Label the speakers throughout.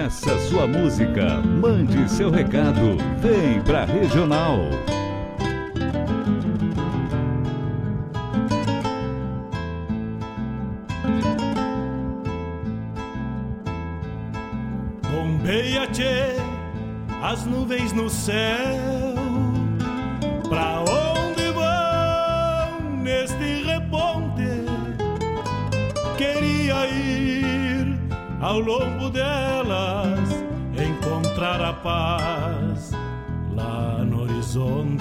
Speaker 1: Peça sua música, mande seu recado, vem pra Regional.
Speaker 2: Bombeia, tchê, as nuvens no céu, pra onde vão neste reponte? Queria ir ao longo delas, encontrar a paz lá no horizonte.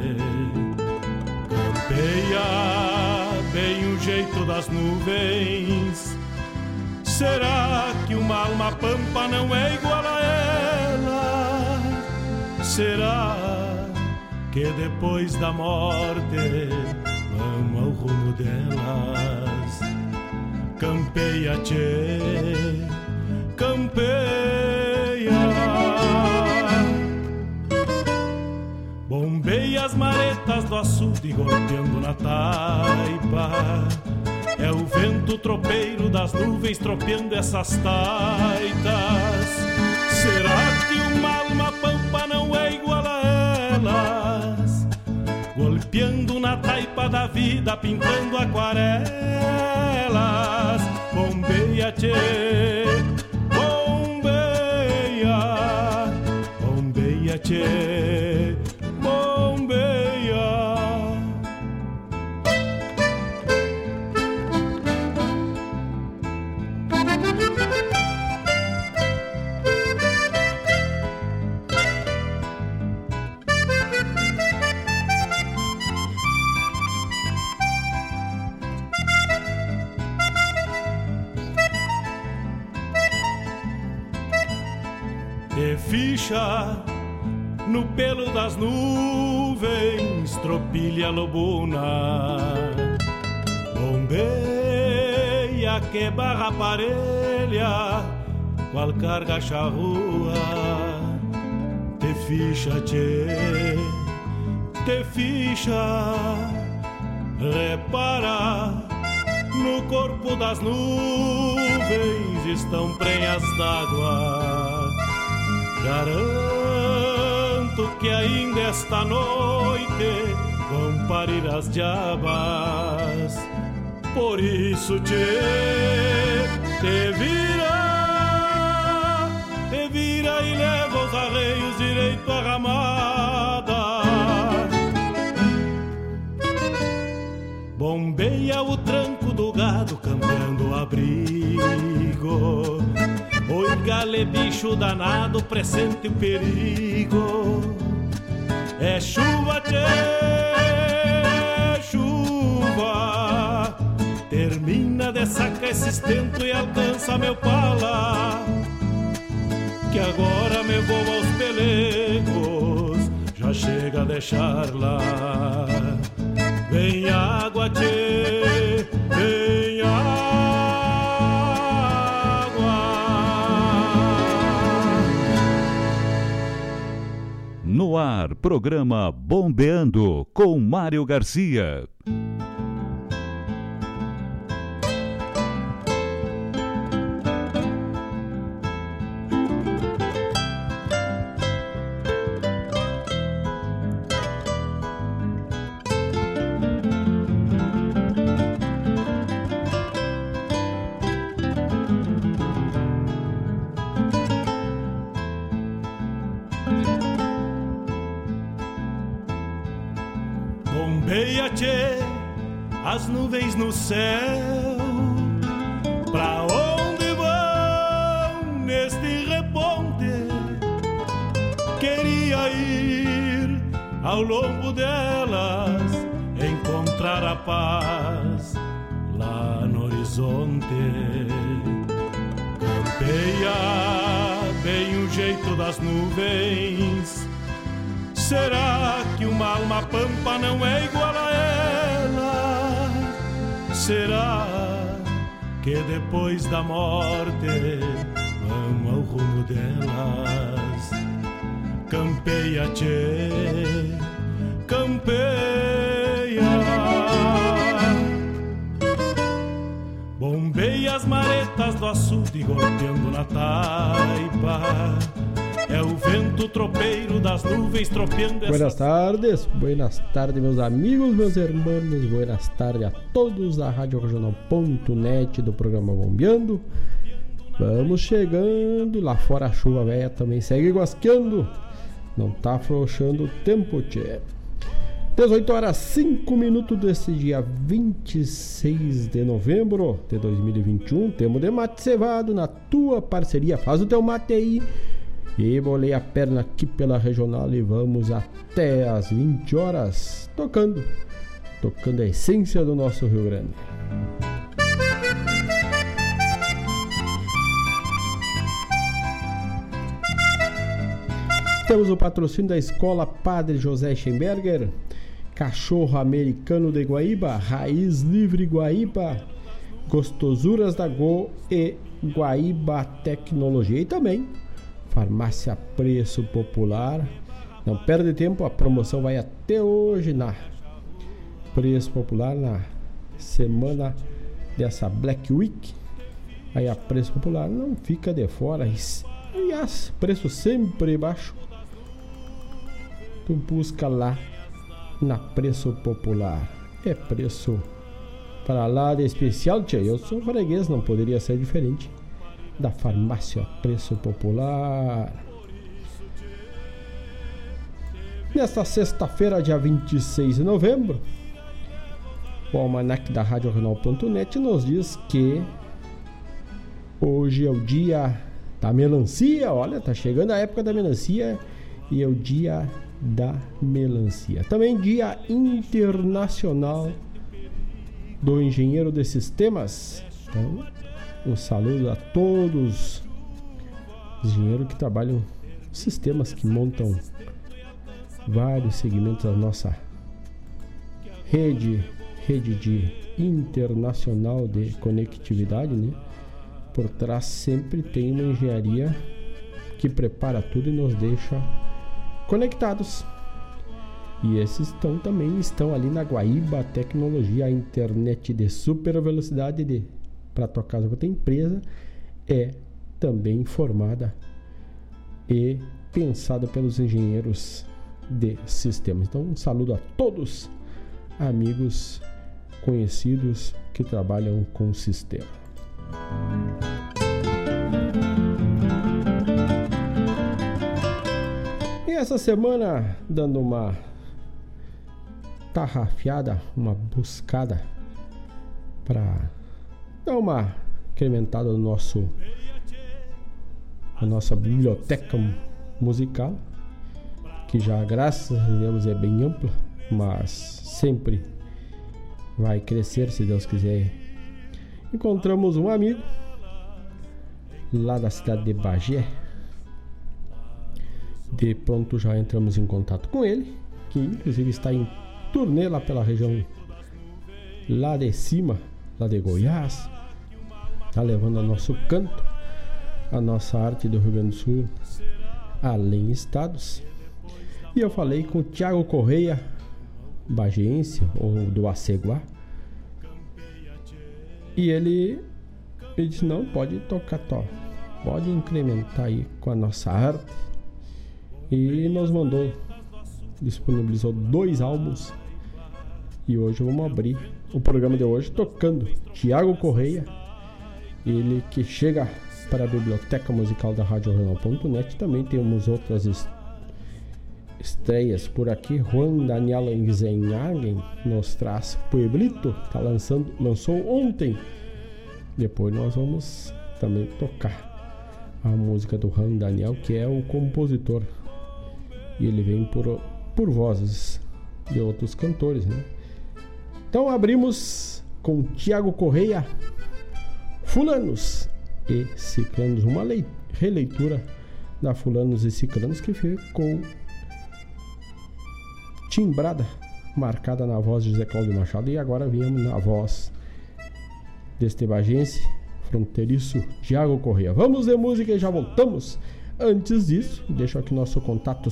Speaker 2: Campeia bem o jeito das nuvens. Será que uma alma pampa não é igual a ela? Será que depois da morte vamos ao rumo delas? Campeia, tchê, campeia. Bombeia as maretas do açude golpeando na taipa. É o vento tropeiro das nuvens tropeando essas taitas. Será que uma alma pampa não é igual a elas? Golpeando na taipa da vida, pintando aquarelas. Bombeia, tchê, bombeia. Bombeia, tchê, bombeia. De ficha no pelo das nuvens, tropilha lobuna. Bombeia que barra parelha, qual carga charrua. Te ficha, tchê, te ficha. Repara, no corpo das nuvens estão prenhas d'água. Garanto que ainda esta noite vão parir as diabas. Por isso, tchê, te vira e leva os arreios direito à ramada. Bombeia o tranco do gado cambiando o abrigo. Oi, gale, bicho danado, pressente o perigo. É chuva, tchê, chuva. Termina de sacar esse estento e alcança meu pala. Que agora me vou aos pelegos, já chega a deixar lá. Vem água, tchê, vem água.
Speaker 1: No ar, programa Bombeando com Mário Garcia.
Speaker 2: Bombeia, tchê, as nuvens no céu, pra onde vão neste reponte? Queria ir ao longo delas, encontrar a paz lá no horizonte. Campeia bem o jeito das nuvens. Será que uma alma pampa não é igual a ela? Será que depois da morte vamos ao rumo delas? Campeia, tchê, campeia. Bombeia as maretas do açude golpeando na taipa. É o vento tropeiro das nuvens tropeando.
Speaker 3: Buenas tardes, meus amigos, meus irmãos. Buenas tardes a todos da Rádio Regional.net do programa Bombeando. Vamos chegando, lá fora a chuva velha também segue guasqueando. Não tá afrouxando o tempo, tchê. 18 horas 5 minutos desse dia 26 de novembro de 2021. Temos de mate cevado na tua parceria. Faz o teu mate aí. E bolei a perna aqui pela regional e vamos até as 20 horas tocando a essência do nosso Rio Grande. Temos o patrocínio da Escola Padre José Schemberger, Cachorro Americano de Guaíba, Raiz Livre Guaíba, Gostosuras da Go e Guaíba Tecnologia. E também Farmácia Preço Popular. Não perde tempo, a promoção vai até hoje na Preço Popular, na semana dessa Black Week. Aí a Preço Popular não fica de fora. Aliás, preço sempre baixo. Tu busca lá na Preço Popular. É preço para lá de especial, tia. Eu sou freguês, não poderia ser diferente. Da Farmácia Preço Popular. Nesta sexta-feira, dia 26 de novembro, o almanac da Rádio Regional.net nos diz que hoje é o dia da melancia. Olha, tá chegando a época da melancia e é o dia da melancia. Também dia internacional do engenheiro de sistemas. Então, um saludo a todos os engenheiros que trabalham em sistemas que montam vários segmentos da nossa rede de internacional de conectividade, né? Por trás sempre tem uma engenharia que prepara tudo e nos deixa conectados. E esses também estão ali na Guaíba Tecnologia, a internet de super velocidade para tua casa, para tua empresa, é também formada e pensada pelos engenheiros de sistemas. Então, um saludo a todos, amigos conhecidos que trabalham com o sistema. E essa semana, dando uma tarrafiada, uma buscada para dar uma incrementada no a nossa biblioteca musical, que já, graças a Deus, é bem ampla, mas sempre vai crescer, se Deus quiser. Encontramos um amigo lá da cidade de Bagé. De pronto já entramos em contato com ele, que inclusive está em turnê lá pela região lá de cima, lá de Goiás. Está levando a nosso canto, a nossa arte do Rio Grande do Sul além estados. E eu falei com o Thiago Correia, bagiense, ou do Aceguá, e ele me disse: não, pode tocar, pode incrementar aí com a nossa arte. E nos disponibilizou 2 álbuns. E hoje vamos abrir o programa de hoje tocando Thiago Correia, ele que chega para a biblioteca musical da Rádio Regional.net. Também temos outras estreias por aqui. Juan Daniel Enzenhagen nos traz Pueblito, lançou ontem. Depois nós vamos também tocar a música do Juan Daniel, que é o compositor, e ele vem por vozes de outros cantores, né? Então abrimos com Thiago Correia, Fulanos e Ciclanos, uma releitura da Fulanos e Ciclanos, que ficou timbrada, marcada na voz de José Cláudio Machado. E agora viemos na voz deste bagense fronteiriço Thiago Correia. Vamos de música e já voltamos. Antes disso, deixo aqui nosso contato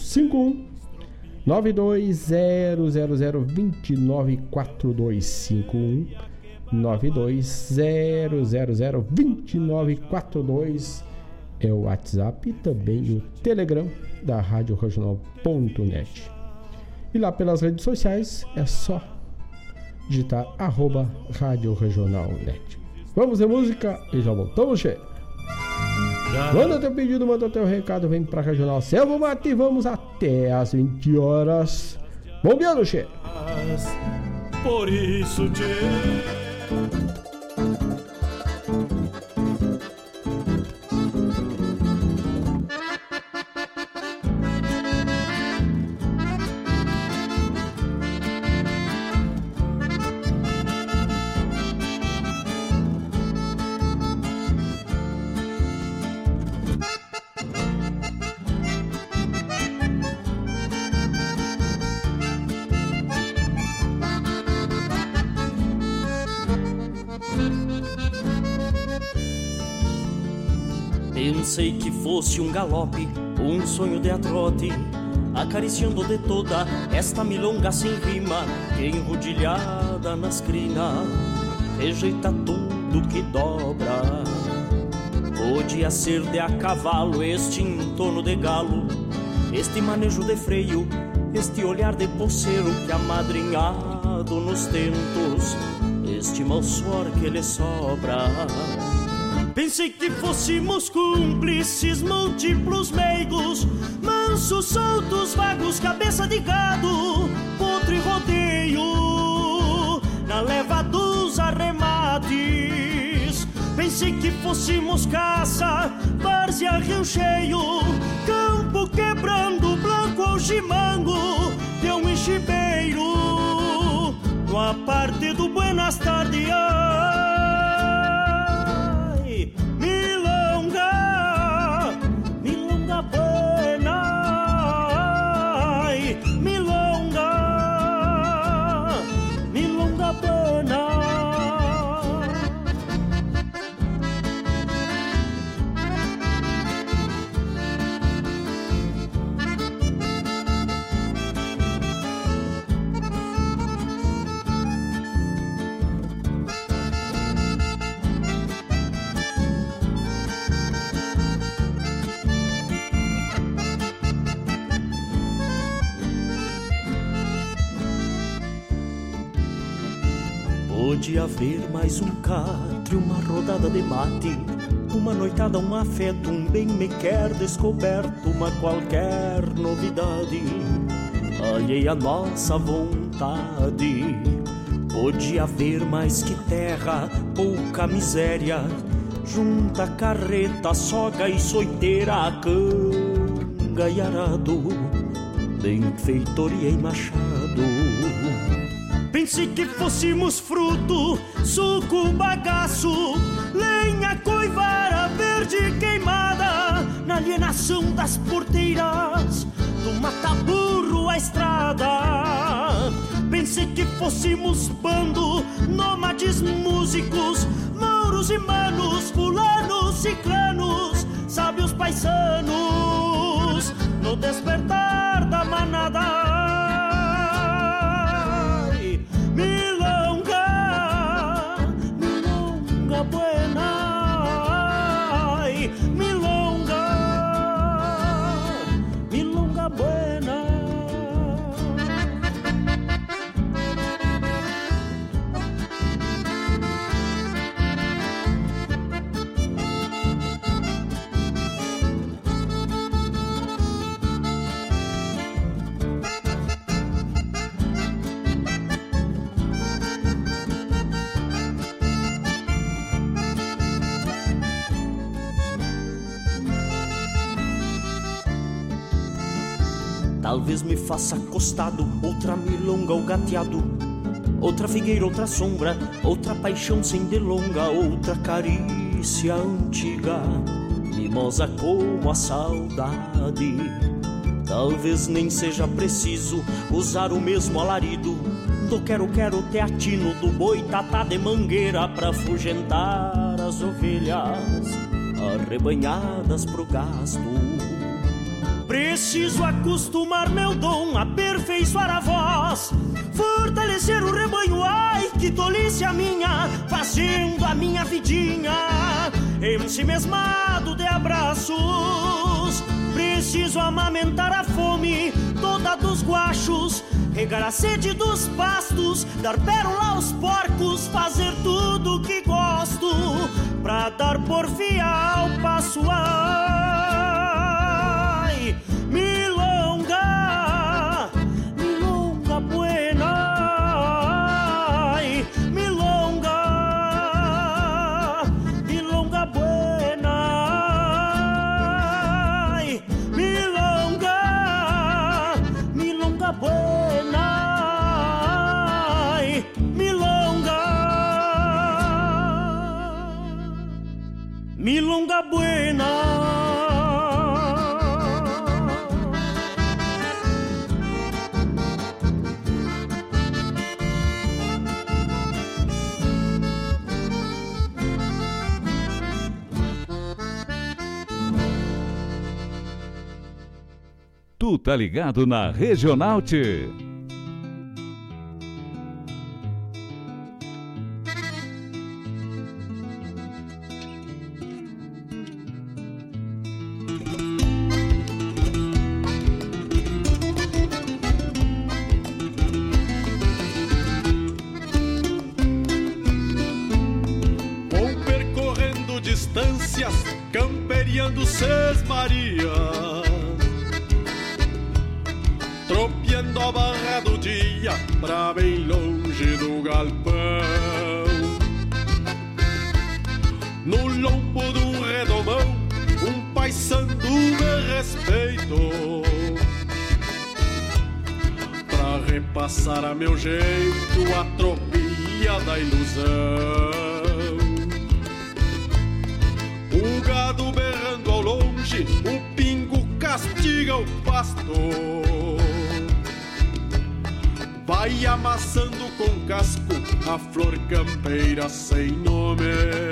Speaker 3: 51 92000294251 920002942 é o WhatsApp e também o Telegram da Rádio Regional.net. E lá pelas redes sociais é só digitar @Rádio Regional.net. Vamos ver música e já voltamos, che. Manda teu pedido, manda teu recado, vem pra Regional Selva Mate e vamos até às 20 horas. Bombeando, che.
Speaker 2: Por isso, che.
Speaker 4: Pensei que fosse um galope, um sonho de atrote, acariciando de toda esta milonga sem rima, que enrodilhada nas crinas rejeita tudo que dobra. Podia ser de a cavalo este entorno de galo, este manejo de freio, este olhar de poceiro que amadrinhado nos tentos, este mau suor que lhe sobra. Pensei que fôssemos cúmplices, múltiplos meigos, mansos, soltos, vagos, cabeça de gado, potro e rodeio, na leva dos arremates. Pensei que fôssemos caça, várzea, rio cheio, campo quebrando, blanco algimango, de um enchibeiro, numa parte do Buenas Tardes. Podia haver mais um catre, uma rodada de mate, uma noitada, um afeto, um bem me quer descoberto, uma qualquer novidade alheia à nossa vontade. Podia haver mais que terra, pouca miséria, junta carreta, soga e soiteira, canga e arado, benfeitoria e machado. Pensei que fôssemos fruto, suco, bagaço, lenha, coivara, verde queimada, na alienação das porteiras, do mata-burro à estrada. Pensei que fôssemos bando, nômades músicos, mouros e manos, fulanos, ciclanos, sábios paisanos, no despertar da manada. Milonga, milonga buena, ay, milonga, milonga buena. Talvez me faça acostado, outra milonga ou gateado, outra figueira, outra sombra, outra paixão sem delonga, outra carícia antiga, mimosa como a saudade. Talvez nem seja preciso usar o mesmo alarido do quero-quero teatino, do boi tatá de mangueira, pra afugentar as ovelhas arrebanhadas pro gasto. Preciso acostumar meu dom, aperfeiçoar a voz, fortalecer o rebanho, ai que tolice a minha, fazendo a minha vidinha ensimesmado de abraços. Preciso amamentar a fome toda dos guachos, regar a sede dos pastos, dar pérola aos porcos, fazer tudo que gosto pra dar porfia ao passo. Ai, milonga, milonga buena, ai, milonga, milonga buena, ai, milonga, milonga buena, ai, milonga, milonga buena.
Speaker 1: Tu tá ligado na Regional Tchê.
Speaker 2: Vou percorrendo distâncias, camperiando sesmarias, tropeando a barra do dia pra bem longe do galpão. No lombo de um redomão, um paisano me respeitou, pra repassar a meu jeito a tropia da ilusão. O gado berrando ao longe, o pingo castiga o pasto, vai amassando com casco a flor campeira sem nome.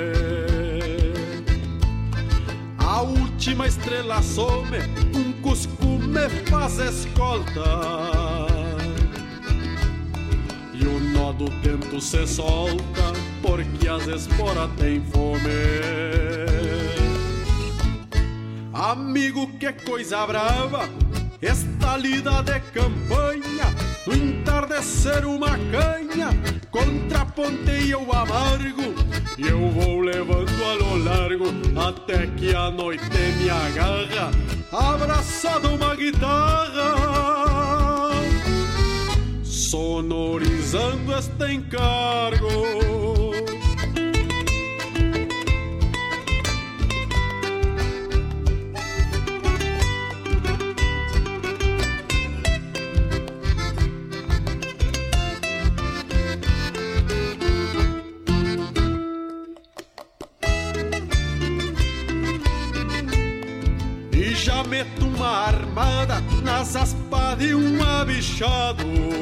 Speaker 2: A última estrela some, um cusco me faz escolta, e o nó do tento se solta, porque as esporas têm fome. Amigo, que coisa brava, esta lida de campanha, no entardecer uma canha, contraponteia o amargo, e eu vou levando a lo largo, até que a noite me agarra, abraçado uma guitarra, sonorizando este encargo. Já meto uma armada nas aspas de um abichado,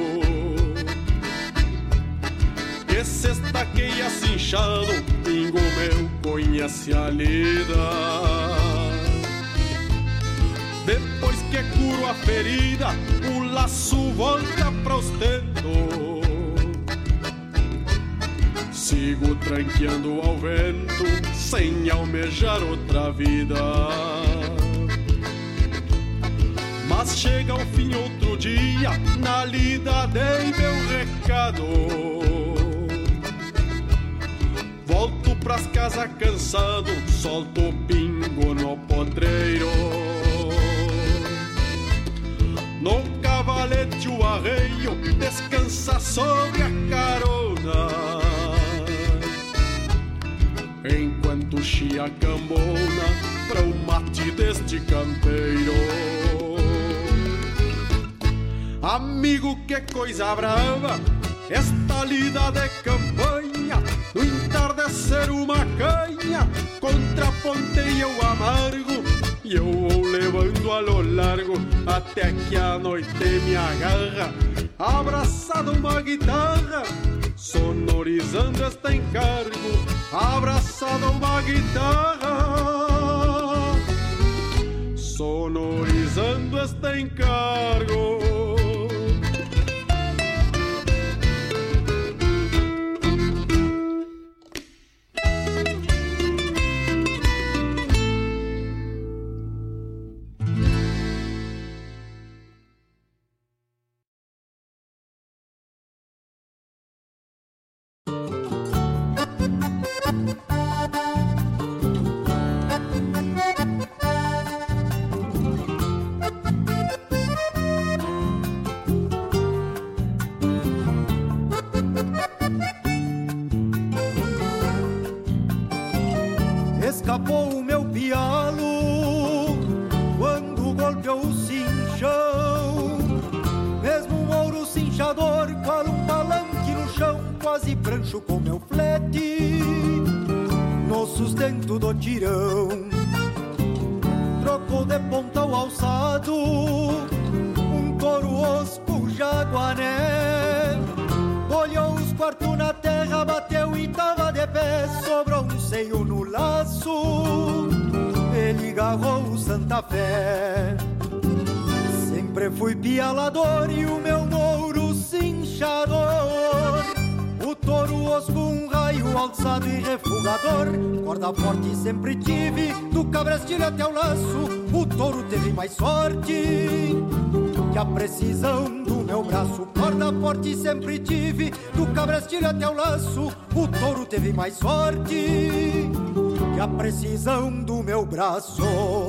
Speaker 2: que se estaqueia cinchado, pingo meu conhece a lida. Depois que curo a ferida, o laço volta pra ostento, sigo tranqueando ao vento, sem almejar outra vida. Mas chega ao fim outro dia, na lida dei meu recado, volto pras casas cansado, solto o pingo no potreiro. No cavalete o arreio descansa sobre a carona, enquanto chia cambona pra o mate deste campeiro. Amigo, que coisa brava, esta lida de campanha, no entardecer uma canha, contraponteia o amargo, e eu vou levando a lo largo, até que a noite me agarra, abraçado uma guitarra, sonorizando este encargo, abraçado uma guitarra, sonorizando este encargo.
Speaker 5: réguas e prancho com meu flete no sustento do tirão. Trocou de ponta ao alçado um touro osco jaguané. Olhou os quartos na terra, bateu e tava de pé. Sobrou um seio no laço, ele agarrou o Santa Fé. Sempre fui pialador e o meu mouro cinchador. O touro osco, um raio alçado e refugador. Corda forte sempre tive, do cabrestilho até o laço. O touro teve mais sorte que a precisão do meu braço. Corda forte sempre tive, do cabrestilho até o laço. O touro teve mais sorte que a precisão do meu braço.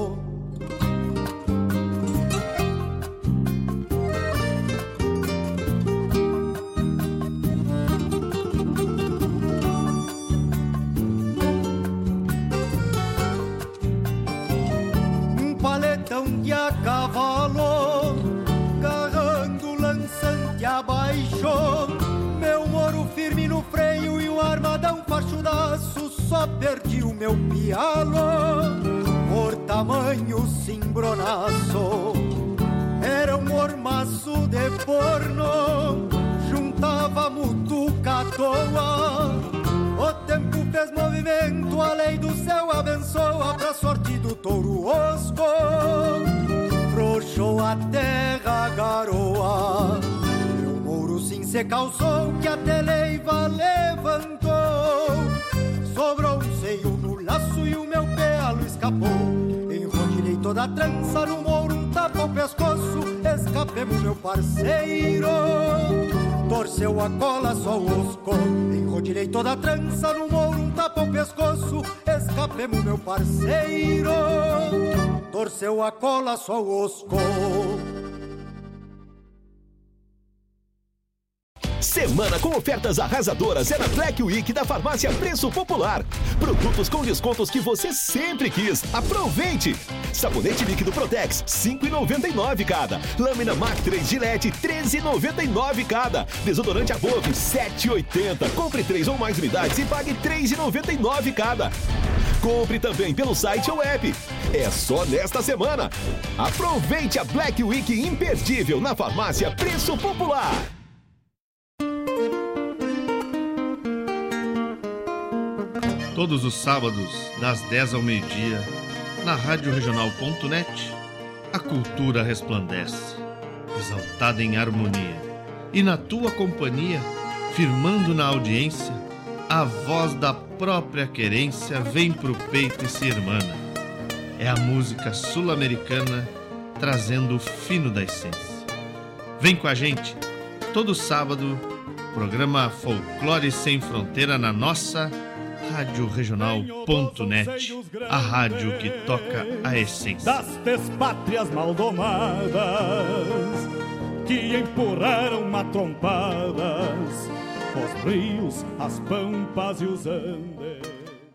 Speaker 5: De a cavalo, garrando lançante abaixo. Meu moro firme no freio e o armadão fachudaço. Só perdi o meu pialo por tamanho cimbronaço. Era um mormaço de forno, juntava mutuca à toa. O tempo fez movimento, a lei do céu abençoa. Pra sorte do touro osco, frouxou a terra, garoa. Meu mouro sim se calçou, que a teleiva levantou. Sobrou um seio no laço e o meu pealo escapou. Enrodilhei toda a trança no mouro, um tapa o pescoço. Escapemos, meu parceiro, torceu a cola, só o osco. Enrodilhei toda a trança no mouro, um tapa o pescoço. Escapemos, meu parceiro, torceu a cola, só o osco.
Speaker 6: Semana com ofertas arrasadoras é na Black Week da Farmácia Preço Popular. Produtos com descontos que você sempre quis. Aproveite! Sabonete líquido Protex, R$ 5,99 cada. Lâmina Mac 3 Gillette, R$ 13,99 cada. Desodorante Above, R$ 7,80. Compre 3 ou mais unidades e pague R$ 3,99 cada. Compre também pelo site ou app. É só nesta semana. Aproveite a Black Week imperdível na Farmácia Preço Popular.
Speaker 7: Todos os sábados, das 10 ao meio-dia, na radioregional.net, a cultura resplandece, exaltada em harmonia. E na tua companhia, firmando na audiência, a voz da própria querência vem pro peito e se irmana. É a música sul-americana trazendo o fino da essência. Vem com a gente, todo sábado, programa Folclore Sem Fronteira na nossa radioregional.net, a rádio que toca a essência
Speaker 2: das despátrias maldomadas que empurraram matrompadas os rios, as pampas e os andes.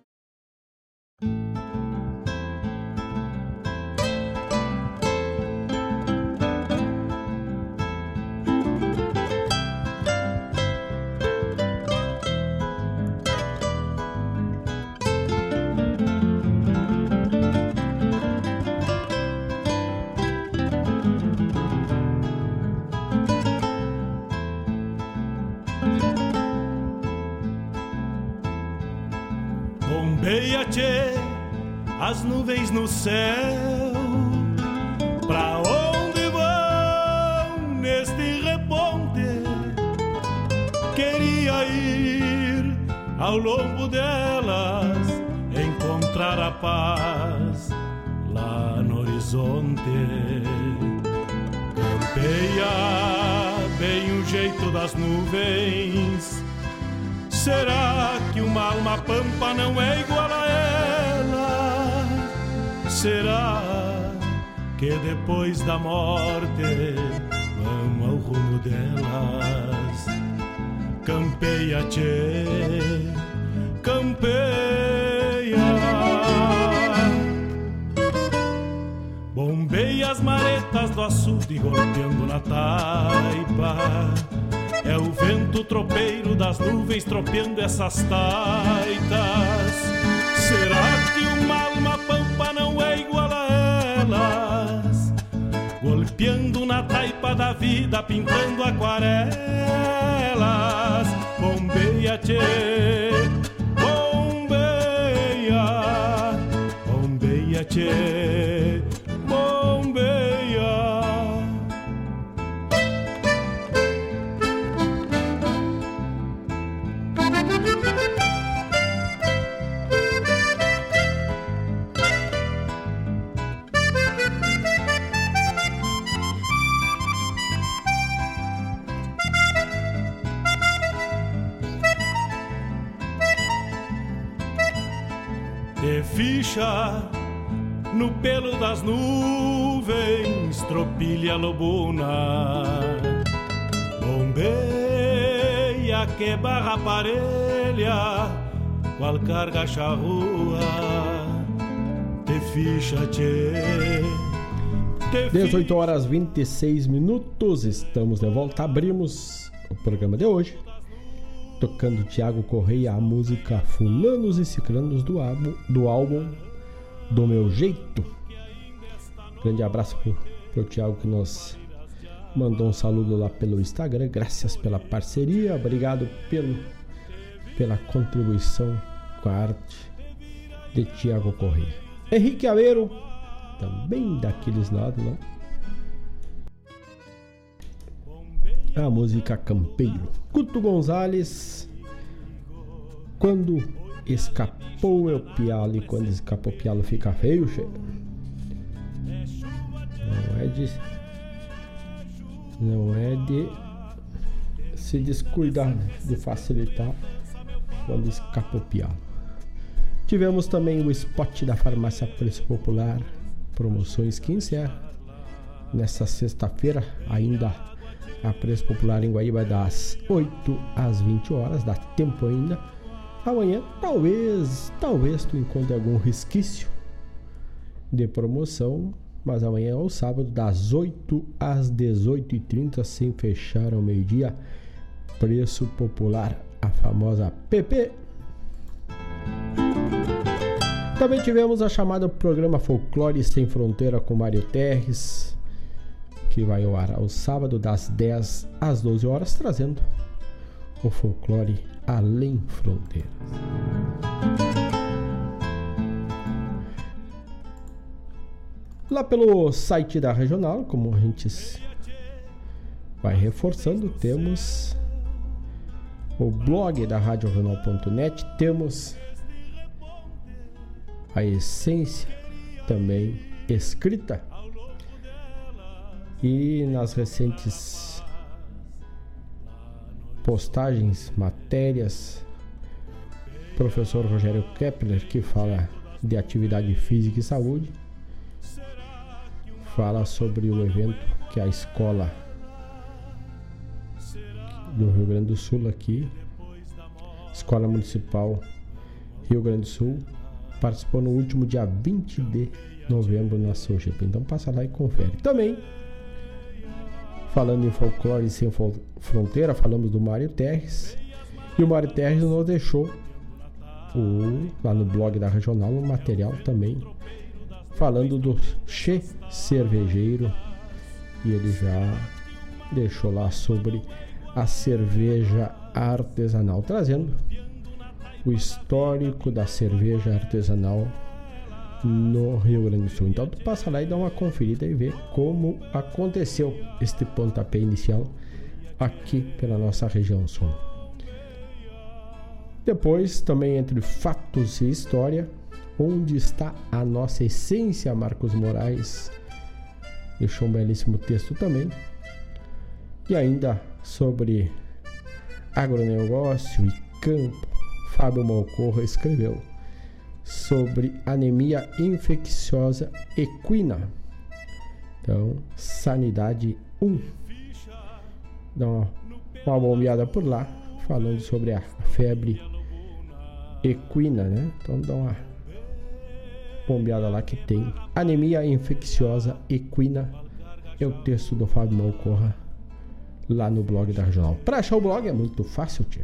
Speaker 2: As nuvens no céu, pra onde vão neste reponte? Queria ir ao longo delas, encontrar a paz lá no horizonte. Campeia bem o jeito das nuvens. Será que uma alma pampa não é igual a ela? Será que depois da morte vão ao rumo delas? Campeia, tchê, campeia. Bombeia as maretas do açude golpeando na taipa. É o vento vento tropeiro das nuvens tropeando essas taitas. Será que uma alma pampa não é igual a elas? Golpeando na taipa da vida, pintando aquarelas. Bombeia, tchê, bombeia, bombeia, tchê, bombeia. De ficha no pelo das nuvens, tropilha lobuna. Bombeia que barra parelha, qual carga charrua. Te ficha, tchê.
Speaker 3: 18 horas 26 minutos, estamos de volta. Abrimos o programa de hoje tocando Tiago Correia, a música Fulanos e Ciclanos do álbum Do Meu Jeito. Grande abraço pro Tiago, que nos mandou um saludo lá pelo Instagram. Graças pela parceria, obrigado pela contribuição com a arte de Tiago Correia. Henrique Aveiro, também daqueles lados, né? A música Campeiro. Guto Gonzalez, quando escapou o pialo, e quando escapou o pialo fica feio, che. Não é de se descuidar, de facilitar quando escapa o pialo. Tivemos também o spot da Farmácia Preço Popular, promoções que encerra nessa sexta-feira, ainda a Preço Popular em Guaíba, das 8 às 20 horas, dá tempo ainda. Amanhã talvez tu encontre algum resquício de promoção, mas amanhã ou sábado, das 8 às 18h30, sem fechar ao meio-dia, Preço Popular, a famosa PP. Também tivemos a chamada programa Folclore Sem Fronteira com Mário Terres, que vai ao ar ao sábado das 10 às 12 horas, trazendo o folclore além fronteiras. Lá pelo site da Regional, como a gente vai reforçando, temos o blog da radioregional.net, temos a essência também escrita. E nas recentes postagens, matérias, professor Rogério Kepler, que fala de atividade física e saúde, fala sobre o evento que a escola do Rio Grande do Sul aqui, Escola Municipal Rio Grande do Sul, participou no último dia 20 de novembro na SOGEP. Então passa lá e confere. Também, falando em folclore sem fronteira, falamos do Mário Terres. E o Mário Terres nos deixou lá no blog da Regional um material também falando do Che Cervejeiro. E ele já deixou lá sobre a cerveja artesanal, trazendo o histórico da cerveja artesanal no Rio Grande do Sul. Então tu passa lá e dá uma conferida e vê como aconteceu este pontapé inicial aqui pela nossa região sul. Depois, também entre fatos e história, onde está a nossa essência, Marcos Moraes deixou um belíssimo texto também. E ainda sobre agronegócio e campo, Fábio Malcorra escreveu sobre anemia infecciosa equina. Então, Sanidade 1. Dá uma bombeada por lá, falando sobre a febre equina, né? Então, dá uma bombeada lá que tem anemia infecciosa equina. É o texto do Fábio Malcorra lá no blog da Regional. Para achar o blog é muito fácil, tio.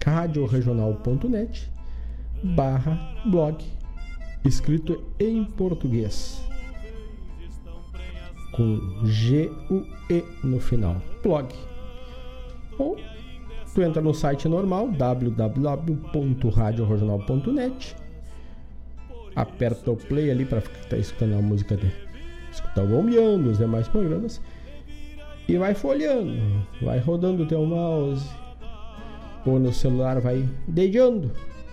Speaker 3: radioregional.net/blog, escrito em português, com GUE no final, blog. Ou tu entra no site normal, www.radioregional.net, aperta o play ali para estar escutando a música, escutar o Bombeando, os demais programas, e vai folheando, vai rodando o teu mouse, ou no celular vai dedando,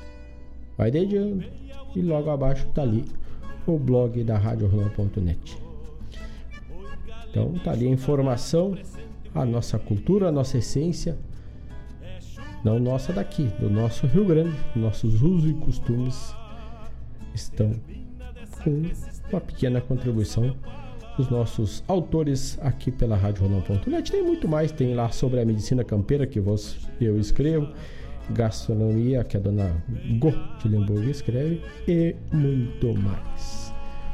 Speaker 3: e logo abaixo tá ali o blog da radioregional.net. Então tá ali a informação, a nossa cultura, a nossa essência, não nossa daqui, do nosso Rio Grande, nossos usos e costumes estão com uma pequena contribuição dos nossos autores aqui pela radioregional.net. Tem muito mais, tem lá sobre a medicina campeira que eu escrevo, gastronomia que a dona Go de Lemburgo escreve e muito mais.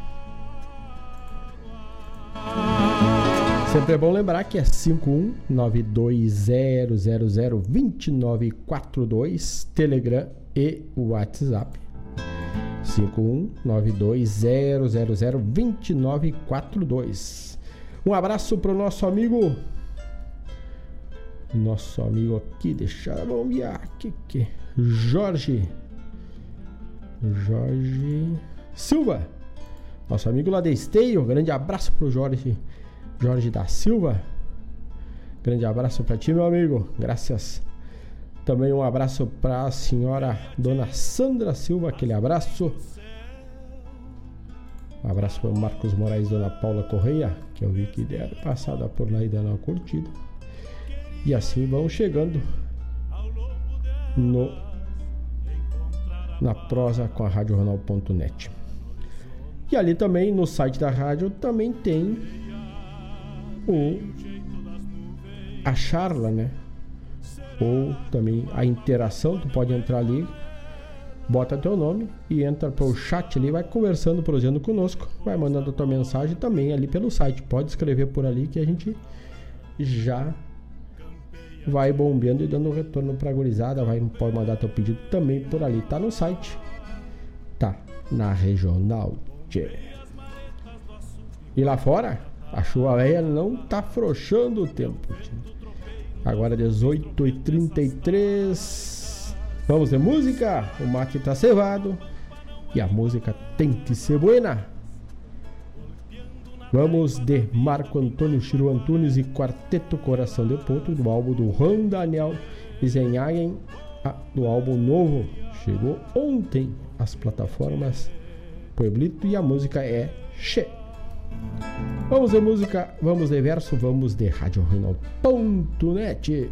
Speaker 3: Sempre é bom lembrar que é 51920002942, Telegram e WhatsApp. 51920002942. Um abraço para o nosso amigo aqui, deixa eu bombear aqui, Jorge Silva, nosso amigo lá de Esteio. Grande abraço pro Jorge da Silva, grande abraço para ti, meu amigo, graças. Também um abraço para a senhora Dona Sandra Silva, aquele abraço. Um abraço para o Marcos Moraes e Dona Paula Correia, que eu vi que deram passada por lá e dando uma curtida. E assim vamos chegando na prosa com a radioregional.net. E ali também no site da rádio também tem a charla, né? Ou também a interação. Tu pode entrar ali, bota teu nome e entra pro chat ali, vai conversando, prosseando conosco, vai mandando a tua mensagem também ali pelo site. Pode escrever por ali que a gente já vai bombeando e dando retorno pra gurizada. Pode mandar teu pedido também por ali, tá no site, tá na Regional. E lá fora a chuva velha não tá afrouxando o tempo. Agora 18h33. Vamos de música. O mate tá cevado e a música tem que ser buena. Vamos de Marco Antônio Chiro Antunes e Quarteto Coração de Potro, do álbum do Juan Daniel Isenhagen, do álbum novo. Chegou ontem às plataformas Pueblito e a música é Che. Vamos de música, vamos de verso, vamos de radioregional.net.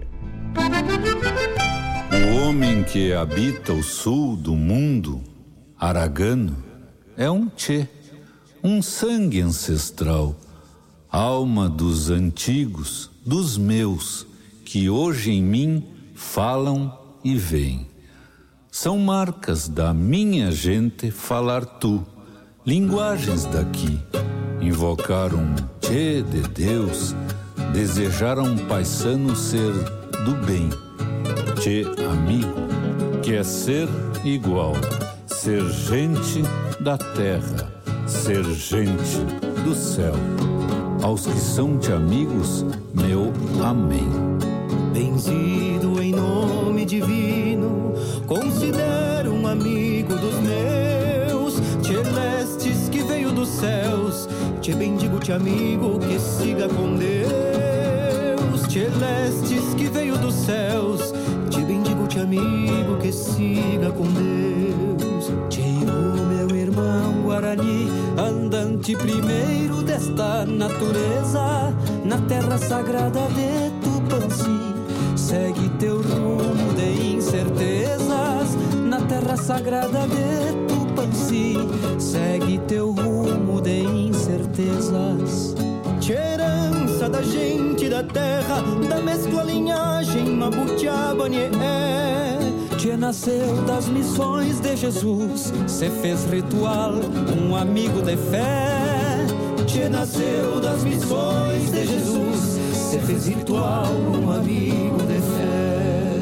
Speaker 8: O homem que habita o sul do mundo, aragano, é um Che, um sangue ancestral, alma dos antigos, dos meus, que hoje em mim falam e veem. São marcas da minha gente falar tu, linguagens daqui. Invocar um Che de Deus, desejar a um paisano ser do bem. Che amigo, que é ser igual, ser gente da terra, ser gente do céu. Aos que são te amigos, meu amém.
Speaker 5: Benzido em nome divino, considero um amigo dos meus. Celestes que veio dos céus, te bendigo, te amigo, que siga com Deus. Celestes que veio dos céus, te bendigo, te amigo, que siga com Deus. Tio, meu irmão Guarani, andante primeiro desta natureza, na terra sagrada de Tupãci, segue teu rumo de incertezas, na terra sagrada de Tupãci, segue teu rumo de incertezas. Herança da gente da terra, da mescla linhagem Mabutiabanié. Te nasceu das missões de Jesus, se fez ritual, um amigo de fé. Te nasceu das missões de Jesus,
Speaker 9: se fez virtual um amigo de fé.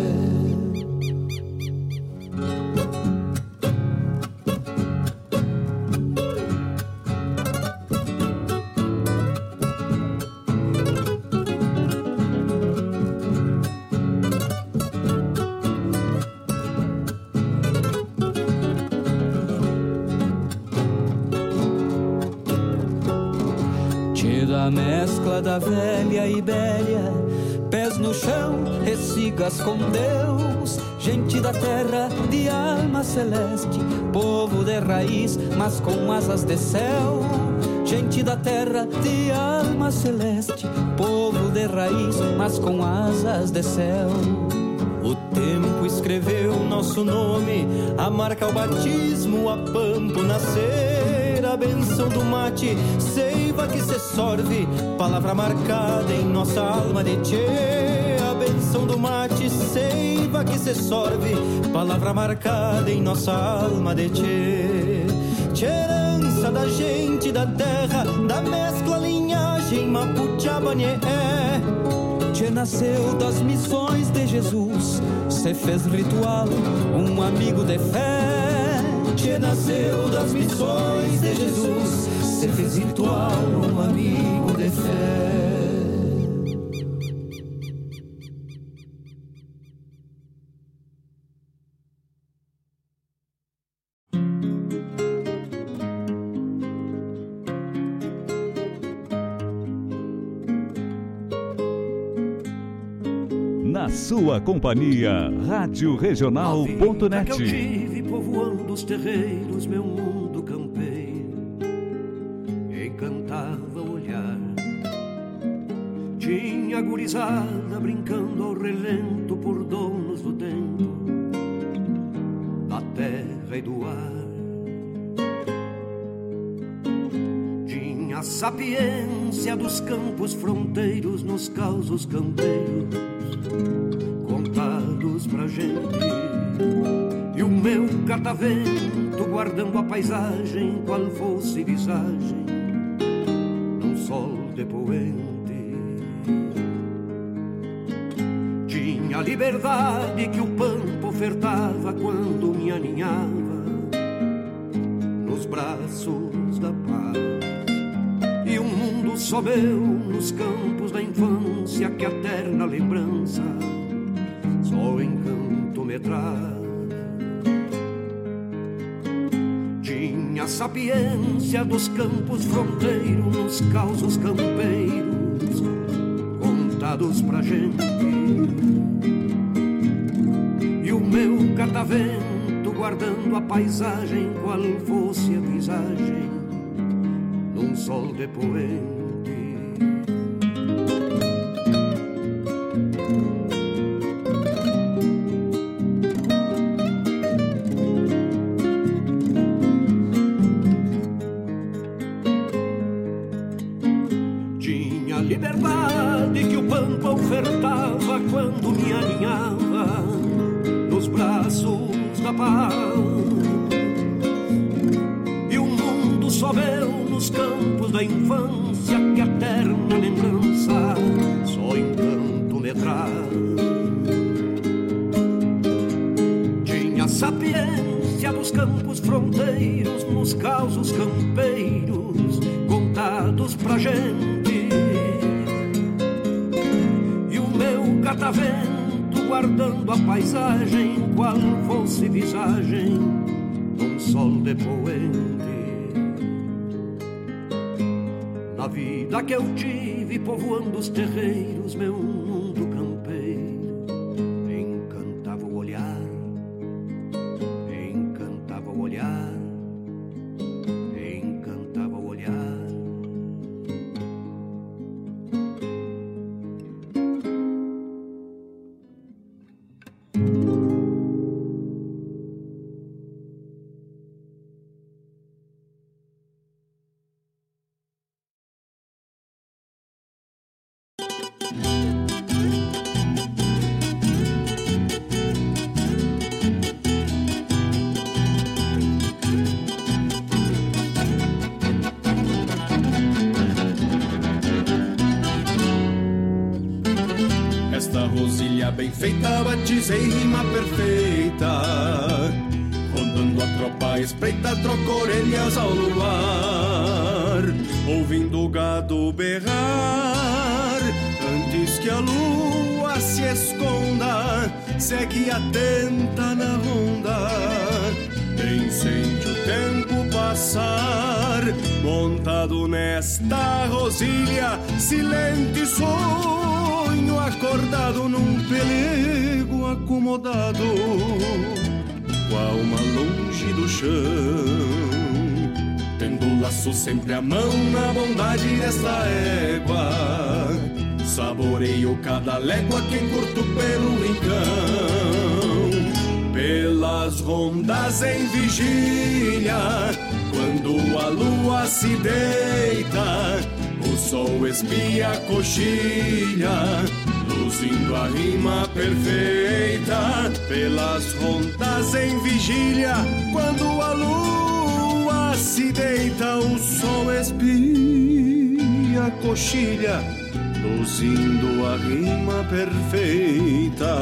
Speaker 10: Da mescla da velha Ibéria, pés no chão, recigas com Deus, gente da terra de alma celeste, povo de raiz, mas com asas de céu. Gente da terra de alma celeste, povo de raiz, mas com asas de céu.
Speaker 11: O tempo escreveu nosso nome, a marca o batismo, a pampa o nascer, a benção do mate, seiva que se sorve, palavra marcada em nossa alma de tchê. A benção do mate, seiva que se sorve, palavra marcada em nossa alma de tchê. Tchê, herança da gente da terra, da mescla linhagem mapuche-abané.
Speaker 10: Tchê nasceu das missões de Jesus, se fez ritual, um amigo de fé.
Speaker 9: Tchê nasceu das missões de Jesus, se fez ritual, um amigo de fé.
Speaker 1: Na sua companhia, Rádio Regional.net.
Speaker 12: Que eu tive povoando os terreiros, meu mundo campeiro, encantava olhar. Tinha gurizada brincando ao relento por donos do tempo, da terra e do ar. Tinha a sapiência dos campos fronteiros nos causos campeiros contados pra gente, e o meu catavento guardando a paisagem qual fosse visagem num sol de poente. Tinha a liberdade que o pampo ofertava quando me aninhava nos braços da paz, e um mundo só meu nos campos da infância que a terna lembrança só encanto me traz. Tinha a sapiência dos campos fronteiros nos causos campeiros contados pra gente, e o meu catavento guardando a paisagem qual fosse a visagem num sol de poente. Tinha a liberdade que o pampa ofertava quando me aninhava nos braços da paz, e um mundo só meu nos campos da infância que a terna lembrança só encanto me traz. Tinha a sapiência dos campos fronteiros nos causos campeiros contados pra gente, e o meu catavento guardando a paisagem qual fosse visagem num sol de poente. Na vida que eu tive povoando os terreiros, meu mundo campeiro, encantava o olhar, encantava o olhar, encantava o olhar. feita, batizei rima perfeita. Rondando a tropa espreita, troco orelhas ao luar, ouvindo o gado berrar, antes que a lua se esconda, segue atenta na ronda. Bem sente o tempo passar, montado nesta rosilha, silente sonho, acordado num pelego acomodado, com a alma longe do chão, tendo laço sempre à mão na bondade desta égua. Saboreio cada légua que curto pelo rincão, pelas rondas em vigília, quando a lua se deita, o sol espia a coxilha, luzindo a rima perfeita. Pelas rondas em vigília, quando a lua se deita, o sol espia a coxilha, luzindo a rima perfeita.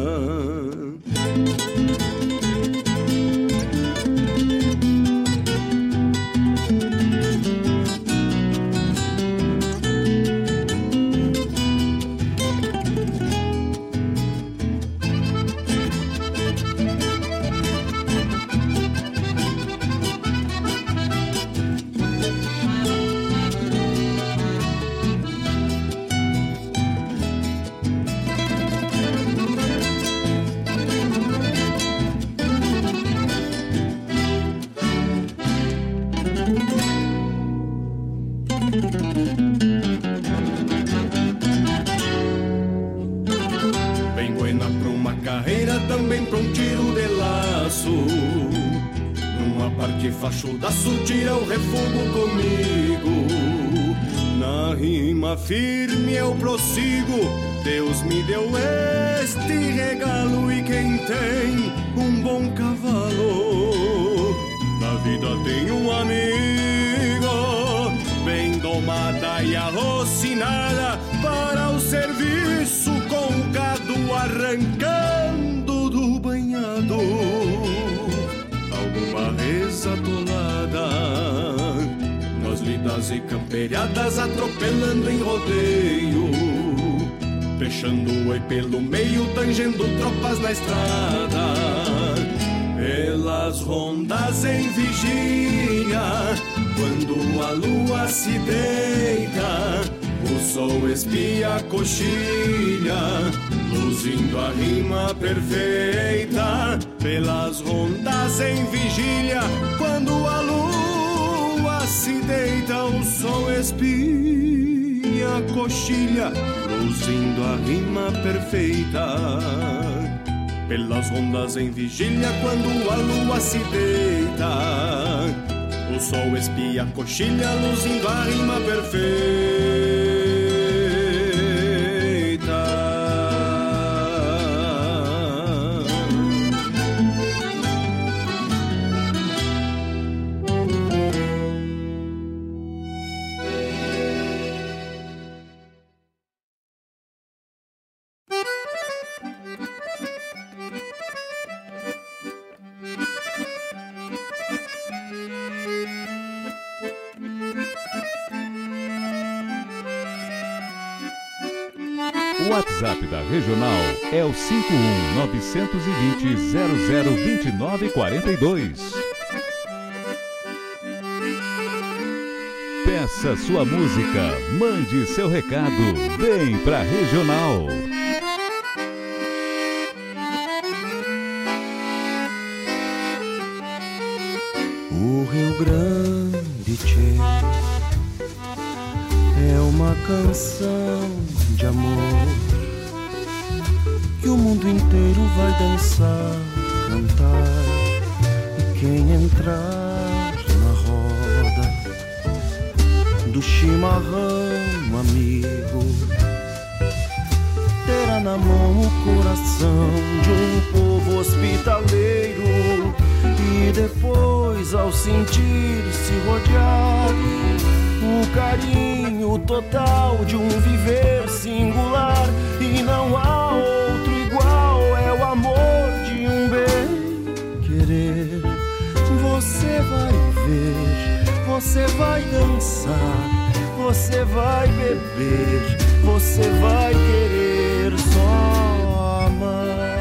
Speaker 12: Fachudaço, tira o refogo comigo. Na rima firme eu prossigo. Deus me deu este regalo, e quem tem um bom cavalo, na vida tem um amigo. Bem domada e arrocinada para o serviço, com o gado arrancando do banhado. Alguma reza atolada, nas lidas e camperiadas, atropelando em rodeio, fechando o oi pelo meio, tangendo tropas na estrada. Pelas rondas em vigília, quando a lua se deita, o sol espia a coxilha, luzindo a rima perfeita. Pelas rondas em vigília, quando a lua se deita, o sol espia a coxilha, luzindo a rima perfeita. Pelas rondas em vigília, quando a lua se deita, o sol espia a coxilha, luzindo a rima perfeita.
Speaker 1: O WhatsApp da Regional é o 51-920-002942. Peça sua música, mande seu recado, vem pra Regional.
Speaker 13: O Rio Grande, tchê, é uma canção de amor que o mundo inteiro vai dançar, cantar, e quem entrar na roda do chimarrão amigo terá na mão o coração de um povo hospitaleiro, e depois, ao sentir-se rodeado, o carinho total de um viver singular, e não há outro igual. você vai beber, você vai querer só amar.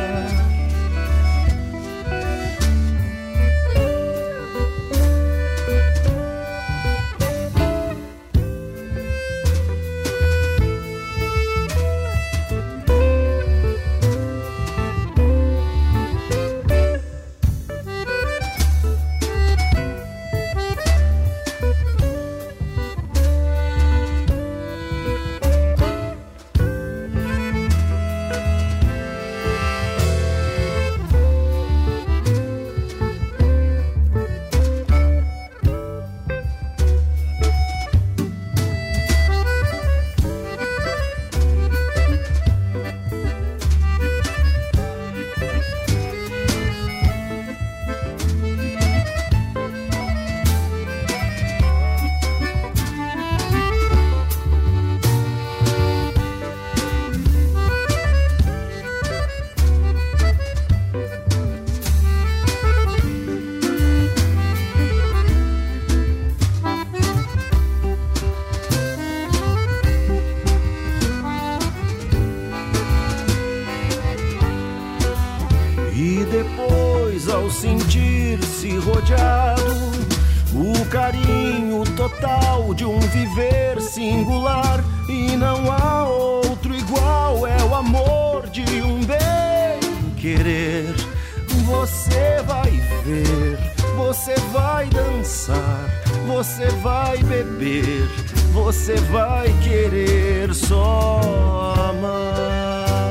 Speaker 13: Sentir-se rodeado, o carinho total de um viver singular, e não há outro igual, é o amor de um bem-querer. Você vai ver, você vai dançar, você vai beber, você vai querer só amar.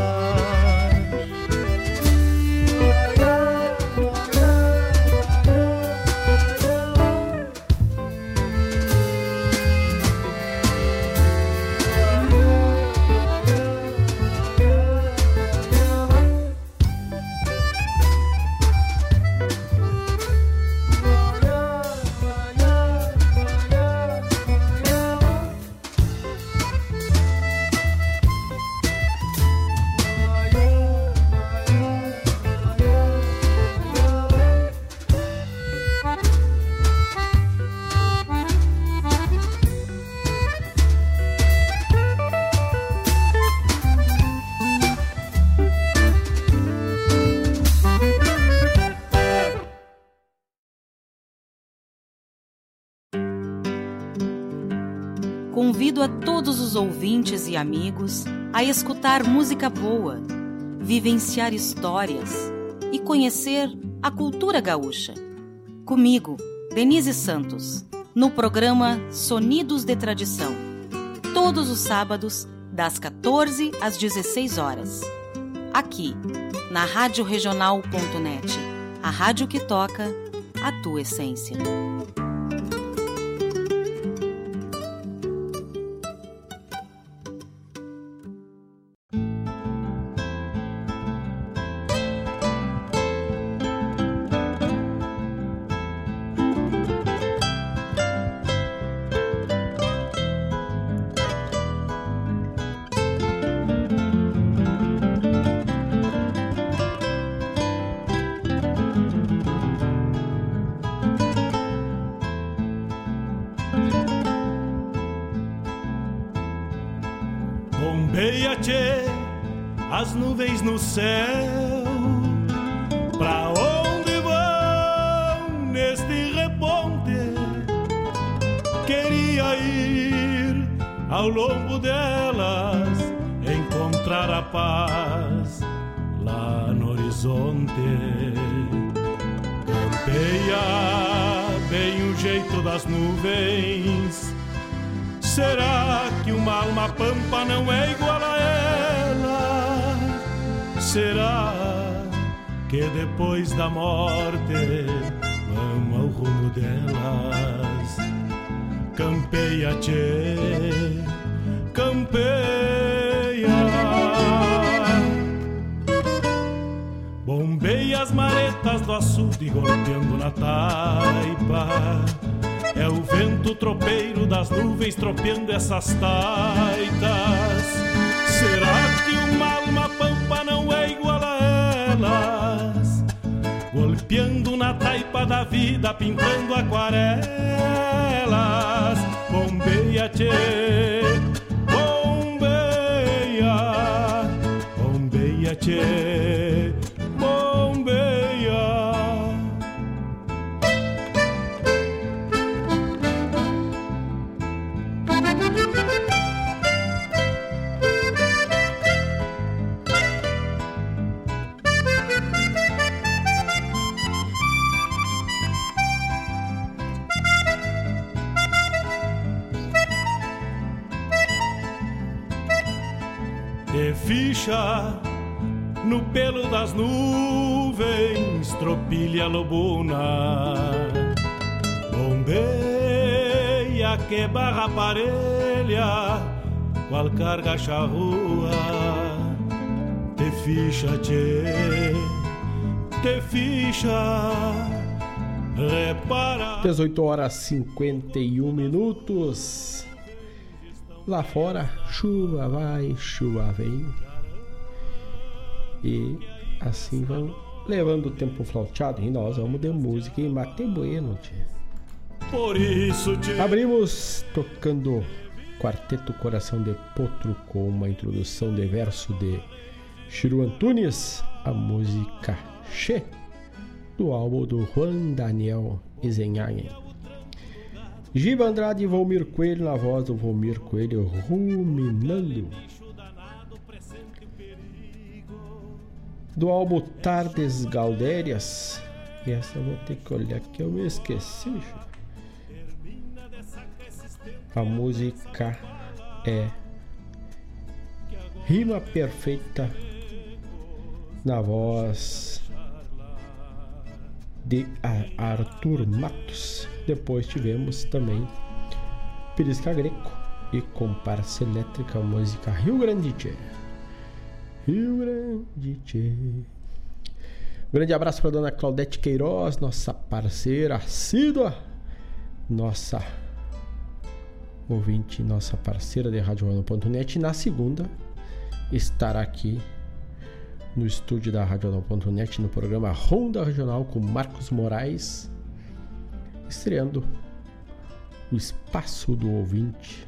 Speaker 14: Convido a todos os ouvintes e amigos a escutar música boa, vivenciar histórias e conhecer a cultura gaúcha. Comigo, Denise Santos, no programa Sonidos de Tradição, todos os sábados, das 14 às 16 horas. Aqui, na radioregional.net, a rádio que toca a tua essência.
Speaker 2: As nuvens no céu, pra onde vão neste reponte? Queria ir ao longo delas, encontrar a paz lá no horizonte. Campeia bem o jeito das nuvens. Será que uma alma pampa não é igual a ela? Será que depois da morte vão ao rumo delas? Campeia, tchê, campeia. Bombeia as maretas do açude golpeando na taipa. É o vento tropeiro das nuvens tropeando essas taitas. Será que uma alma pampa não é igual a elas? Golpeando na taipa da vida, pintando aquarelas. Bombeia, tchê, tchê, bombeia. De ficha no pelo das nuvens, tropilha lobuna, bombeia que barra parelha, qual carga charrua. Te ficha, tchê, te ficha, repara.
Speaker 3: 18 horas 51 minutos. Lá fora, chuva vai, chuva vem. E assim vão levando o tempo flauteado. E nós vamos de música em Mate Bueno, tia.
Speaker 2: Por isso, tia.
Speaker 3: Abrimos tocando Quarteto Coração de Potro com uma introdução de verso de Chiru Antunes, a música Che, do álbum do Juan Daniel Izenhagen. Giba Andrade e Volmir Coelho, na voz do Volmir Coelho, Ruminando. Do álbum Tardes Galdérias. E essa eu vou ter que olhar que eu me esqueci. A música é Rima Perfeita, na voz de Arthur Matos. Depois tivemos também Pirisca Greco e Comparsa Elétrica, a música Rio Grande Tchê. Rio Grande Tchê. Grande abraço para dona Claudete Queiroz, nossa parceira assídua, nossa ouvinte, nossa parceira de RadioJornal.net. Na segunda estará aqui no estúdio da RadioJornal.net no programa Ronda Regional com Marcos Moraes, estreando o Espaço do Ouvinte.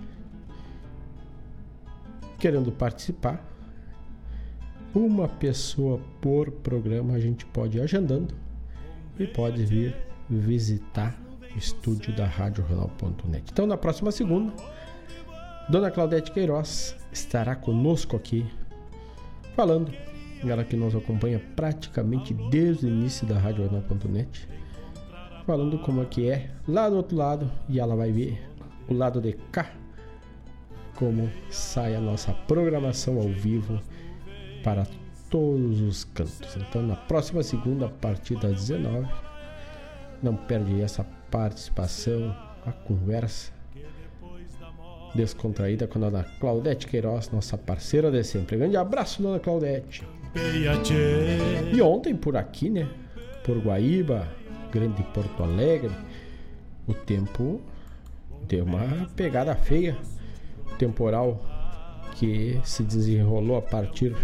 Speaker 3: Querendo participar, uma pessoa por programa, a gente pode ir agendando e pode vir visitar o estúdio da RadioJornal.net. Então, na próxima segunda, dona Claudete Queiroz estará conosco aqui, falando, ela que nos acompanha praticamente desde o início da RadioJornal.net, falando como é que é lá do outro lado, e ela vai ver o lado de cá, como sai a nossa programação ao vivo para todos os cantos. Então, na próxima segunda, a partir das 19, não perde essa participação, a conversa descontraída com a dona Claudete Queiroz, nossa parceira de sempre. Grande abraço, dona Claudete. E ontem por aqui, né, por Guaíba, Grande Porto Alegre, o tempo deu uma pegada feia. O temporal que se desenrolou a partir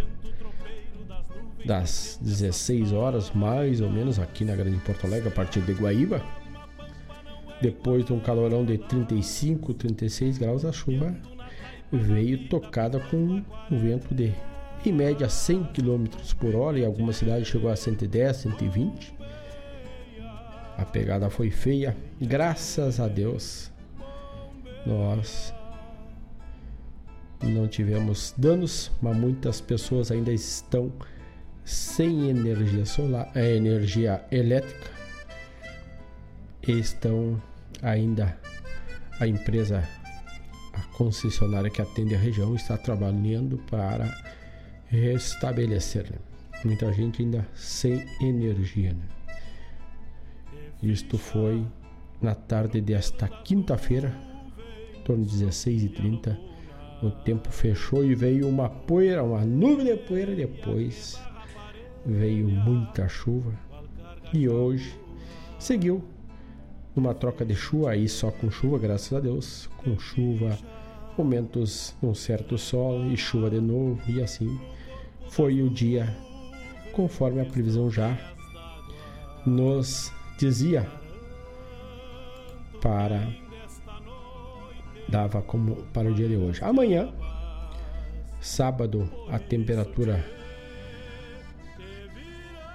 Speaker 3: das 16 horas, mais ou menos, aqui na Grande Porto Alegre, a partir de Guaíba. Depois de um calorão de 35, 36 graus, a chuva veio tocada com um vento de, em média, 100 km por hora, e algumas cidades chegou a 110, 120. A pegada foi feia. Graças a Deus, nós não tivemos danos, mas muitas pessoas ainda estão sem energia solar, energia elétrica, e estão ainda, a empresa, a concessionária que atende a região, está trabalhando para restabelecer, né? Muita gente ainda sem energia, né? Isto foi na tarde desta quinta-feira, em torno de 16h30. O tempo fechou e veio uma poeira, uma nuvem de poeira. Depois veio muita chuva. E hoje seguiu numa troca de chuva, aí só com chuva, graças a Deus. Com chuva, momentos de um certo sol e chuva de novo. E assim foi o dia, conforme a previsão já nos dizia, dava como para o dia de hoje. Amanhã, sábado, a temperatura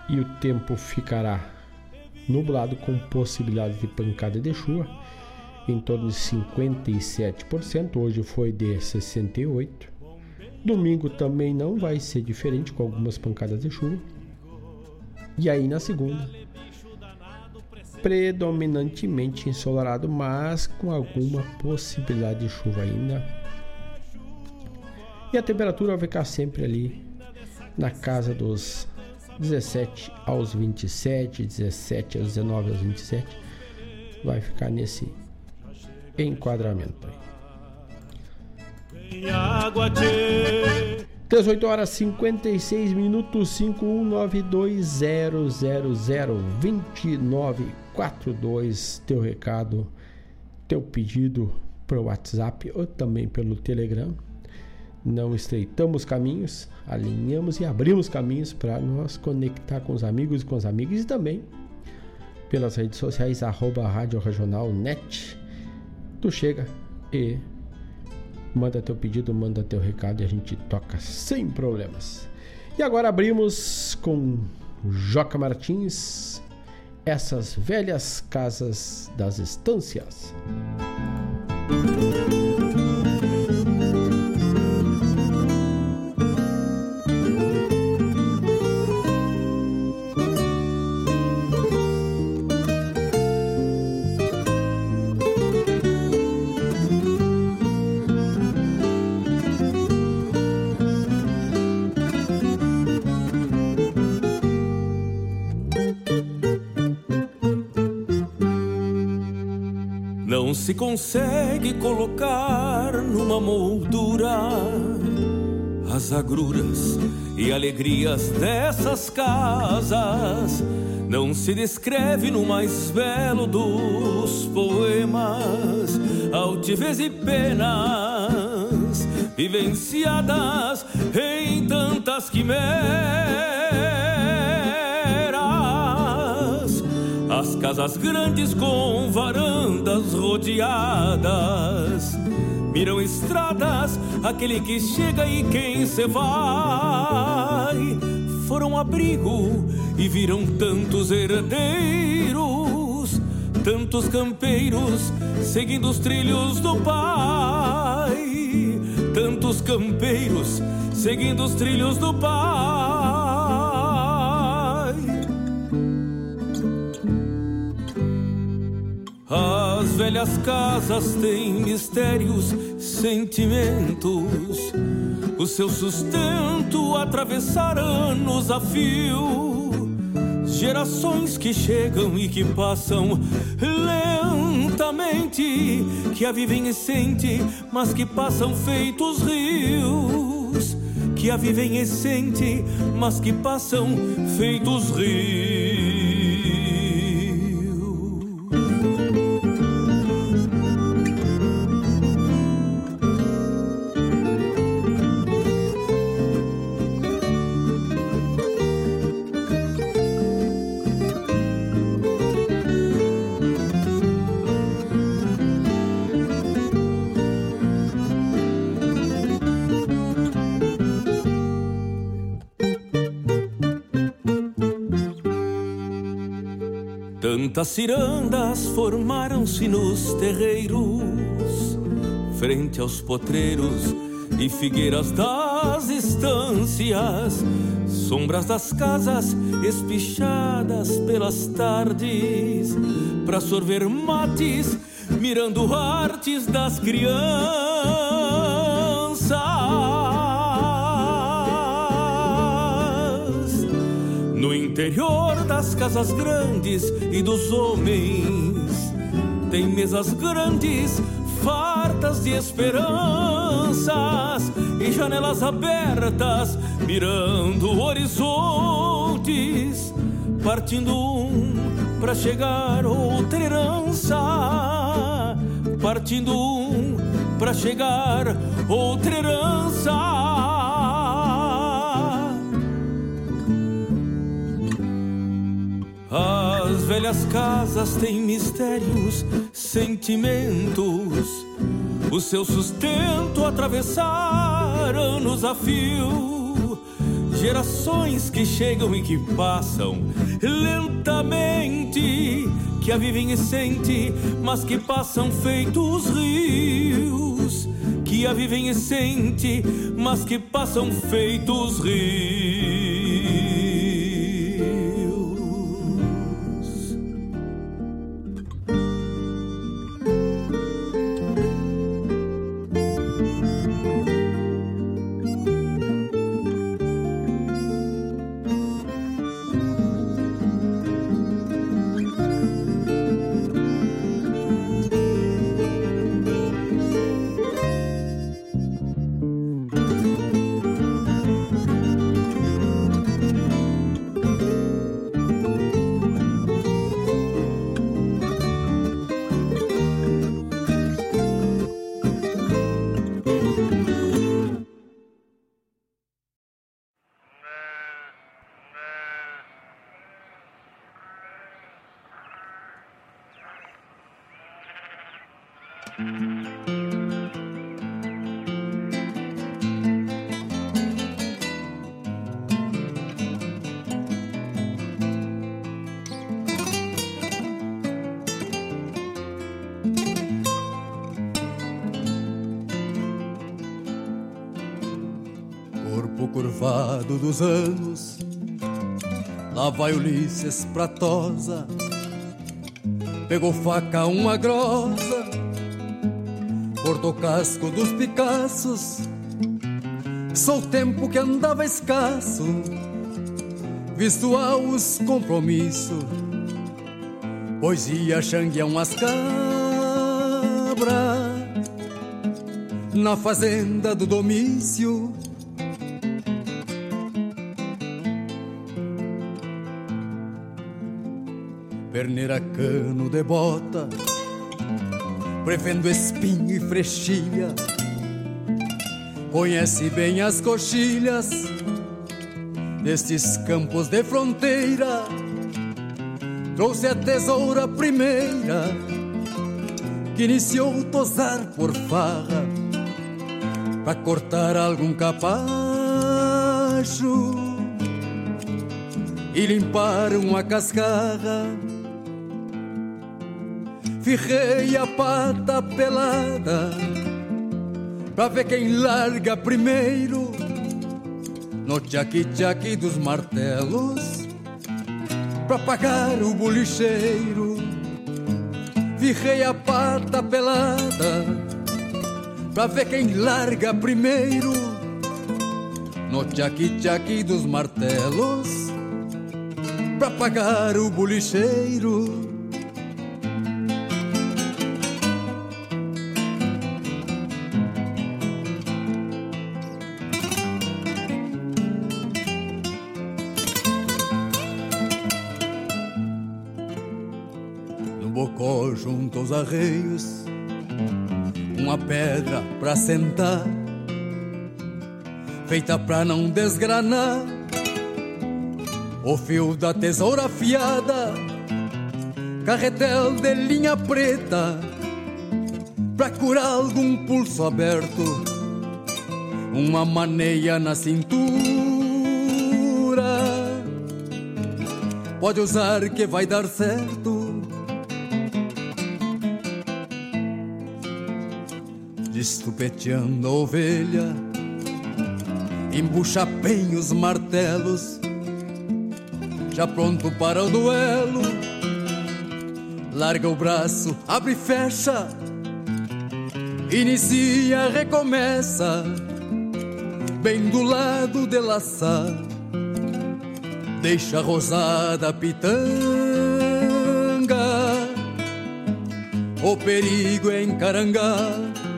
Speaker 3: e o tempo ficará nublado com possibilidade de pancada de chuva em torno de 57%. Hoje foi de 68%. Domingo também não vai ser diferente, com algumas pancadas de chuva. E aí na segunda, predominantemente ensolarado, mas com alguma possibilidade de chuva ainda. E a temperatura vai ficar sempre ali na casa dos 17 aos 27, 17 aos 19 aos 27. Vai ficar nesse enquadramento aí. 18 horas 56 minutos, 51920002942. Teu recado, teu pedido para o WhatsApp ou também pelo Telegram. Não estreitamos caminhos, alinhamos e abrimos caminhos para nós conectar com os amigos e com as amigas, e também pelas redes sociais, @Rádio Regional Net. Tu chega e manda teu pedido, manda teu recado e a gente toca sem problemas. E agora abrimos com Joca Martins, Essas Velhas Casas das Estâncias.
Speaker 15: Não se consegue colocar numa moldura as agruras e alegrias dessas casas. Não se descreve no mais belo dos poemas altivez e penas vivenciadas em tantas quimeras. As casas grandes com varandas rodeadas miram estradas, aquele que chega e quem se vai. Foram abrigo e viram tantos herdeiros, tantos campeiros seguindo os trilhos do pai. Tantos campeiros seguindo os trilhos do pai. As velhas casas têm mistérios, sentimentos, o seu sustento atravessar anos a fio. Gerações que chegam e que passam lentamente, que a vivem e sentem, mas que passam feitos rios. Que a vivem e sentem, mas que passam feitos rios. Tantas cirandas formaram-se nos terreiros, frente aos potreiros e figueiras das estâncias, sombras das casas espichadas pelas tardes, pra sorver mates, mirando artes das crianças. No interior das casas grandes e dos homens tem mesas grandes, fartas de esperanças e janelas abertas, mirando horizontes, partindo um pra chegar outra herança, partindo um pra chegar outra herança. As velhas casas têm mistérios, sentimentos, o seu sustento atravessar anos a fio. gerações que chegam e que passam lentamente, que a vivem e sente, mas que passam feitos rios, que a vivem e sente, mas que passam feitos rios.
Speaker 16: Corpo curvado dos anos, lá vai Ulisses pra tosa, pegou faca uma grossa, cortou o casco dos picaços. Sou o tempo que andava escasso, visto aos compromissos, pois ia xanguear umas cabras na fazenda do Domício. Perneira, cano de bota, prevendo espinho e frechilha, conhece bem as coxilhas destes campos de fronteira. Trouxe a tesoura primeira, que iniciou o tosar por farra, pra cortar algum capacho e limpar uma cascarra. Firrei a pata pelada pra ver quem larga primeiro, no tchaqui-tchaqui dos martelos, pra pagar o bolicheiro. Firrei a pata pelada pra ver quem larga primeiro, no tchaqui-tchaqui dos martelos, pra pagar o bolicheiro. Junto aos arreios, uma pedra pra sentar, feita pra não desgranar o fio da tesoura afiada, carretel de linha preta pra curar algum pulso aberto, uma maneia na cintura. Pode usar que vai dar certo. Estupeteando a ovelha, embucha bem os martelos, já pronto para o duelo. Larga o braço, abre e fecha, inicia, recomeça, bem do lado de laçar. Deixa a rosada pitanga, o perigo é encarangar.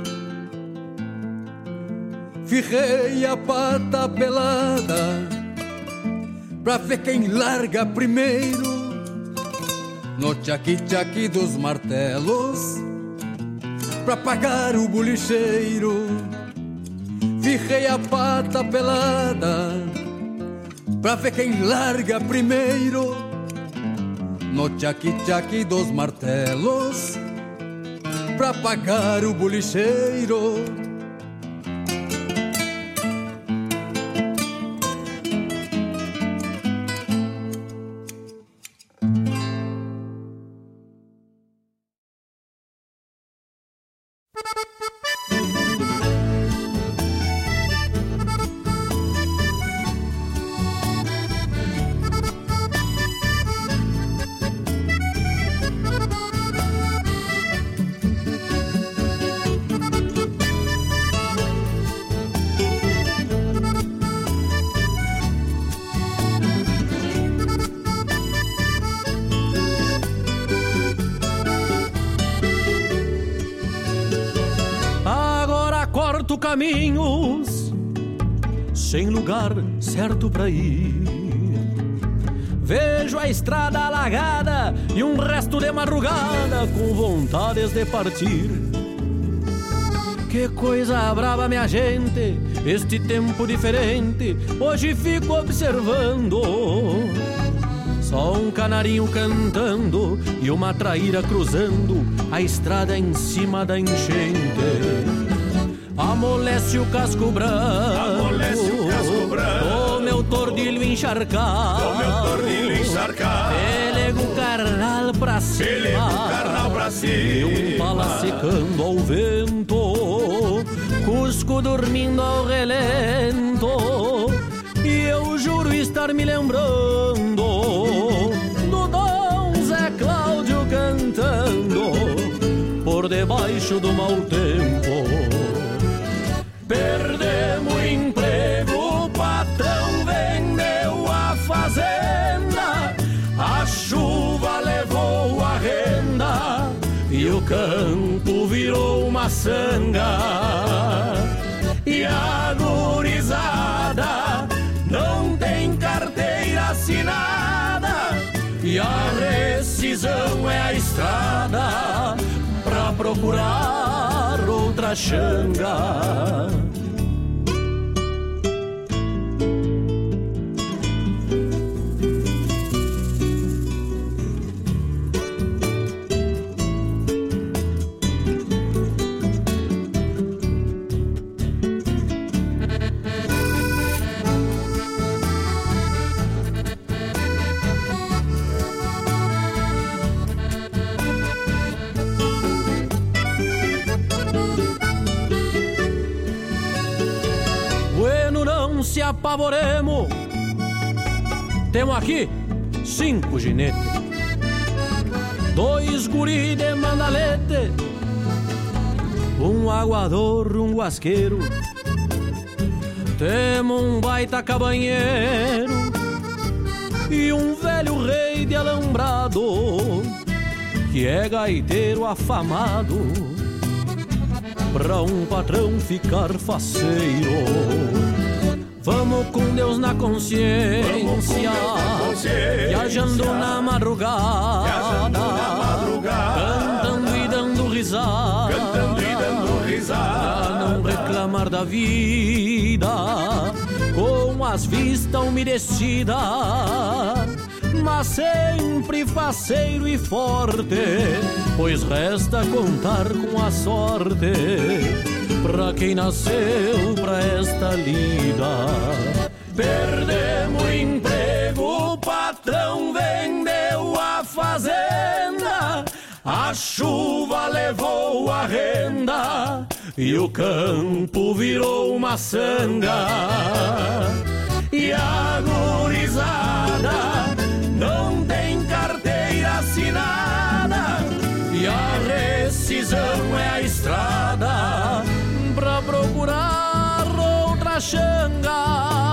Speaker 16: Firrei a pata pelada pra ver quem larga primeiro, no tchaqui-tchaqui dos martelos, pra pagar o bolicheiro. Firrei a pata pelada pra ver quem larga primeiro, no tchaqui-tchaqui dos martelos, pra pagar o bolicheiro.
Speaker 17: caminhos sem lugar certo pra ir. Vejo a estrada alagada e um resto de madrugada com vontades de partir. Que coisa brava, minha gente, este tempo diferente, hoje fico observando. Só um canarinho cantando e uma traíra cruzando a estrada em cima da enchente. Amolece o casco branco, do meu tordilho encharcado, pelego o carnal pra cima, e um pala secando ao vento, Cusco dormindo ao relento, e eu juro estar me lembrando do Dom Zé Cláudio cantando por debaixo do mau tempo. Perdemos o emprego, o patrão vendeu a fazenda, a chuva levou a renda e o campo virou uma sanga. E a gurizada não tem carteira assinada e a rescisão é a estrada pra procurar outra xanga. Se apavoremos, temos aqui 5 ginetes, 2 guri de mandalete, um aguador, um guasqueiro, temos um baita cabanheiro e um velho rei de alambrado que é gaiteiro afamado pra um patrão ficar faceiro. Vamos com Deus na consciência, viajando na madrugada, cantando e dando risada, pra não reclamar da vida, com as vistas umedecidas, mas sempre faceiro e forte, pois resta contar com a sorte pra quem nasceu pra esta lida. Perdemos o emprego, o patrão vendeu a fazenda, a chuva levou a renda e o campo virou uma sanga. E a gurizada não tem carteira assinada e a rescisão é a estrada pra procurar outra xanga.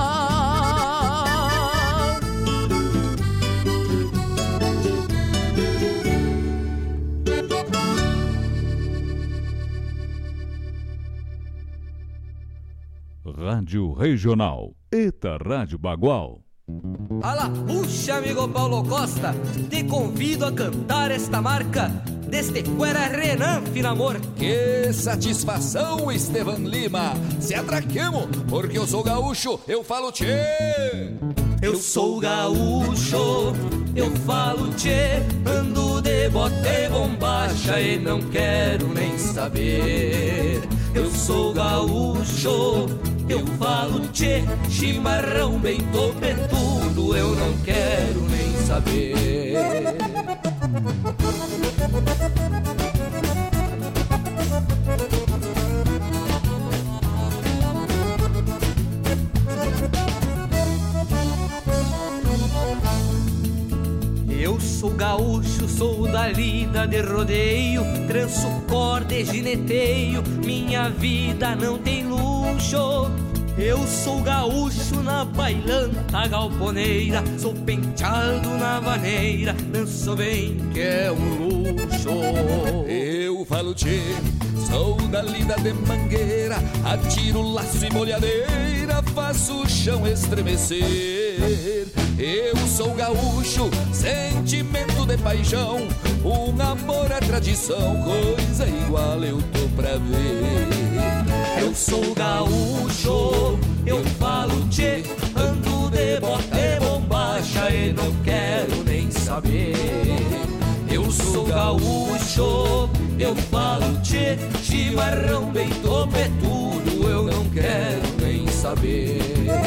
Speaker 1: Rádio Regional, Eta Rádio Bagual.
Speaker 18: Ala, puxa, amigo Paulo Costa, te convido a cantar esta marca deste cuera Renan Finamor.
Speaker 19: Que satisfação, Estevan Lima. Se atraquemos, porque eu sou gaúcho, eu falo tchê.
Speaker 18: Eu sou gaúcho, eu falo tchê, ando de bote bombacha e não quero nem saber. Eu sou gaúcho, eu falo tchê, chimarrão bem topetudo, eu não quero nem saber. Eu sou gaúcho, sou da lida de rodeio, tranço corda e gineteio, minha vida não tem luxo. Eu sou gaúcho na bailanta galponeira, sou penteado na vaneira, danço bem que é um luxo.
Speaker 19: Eu falo tchê, sou da lida de mangueira, atiro laço e molhadeira, faço o chão estremecer. Eu sou gaúcho, sentimento de paixão, um amor à tradição, coisa igual eu tô pra ver.
Speaker 18: Eu sou gaúcho, eu falo tchê, ando de bote bombacha e não quero nem saber. Eu sou gaúcho, eu falo tchê, chimarrão bem topetudo, eu não quero nem saber.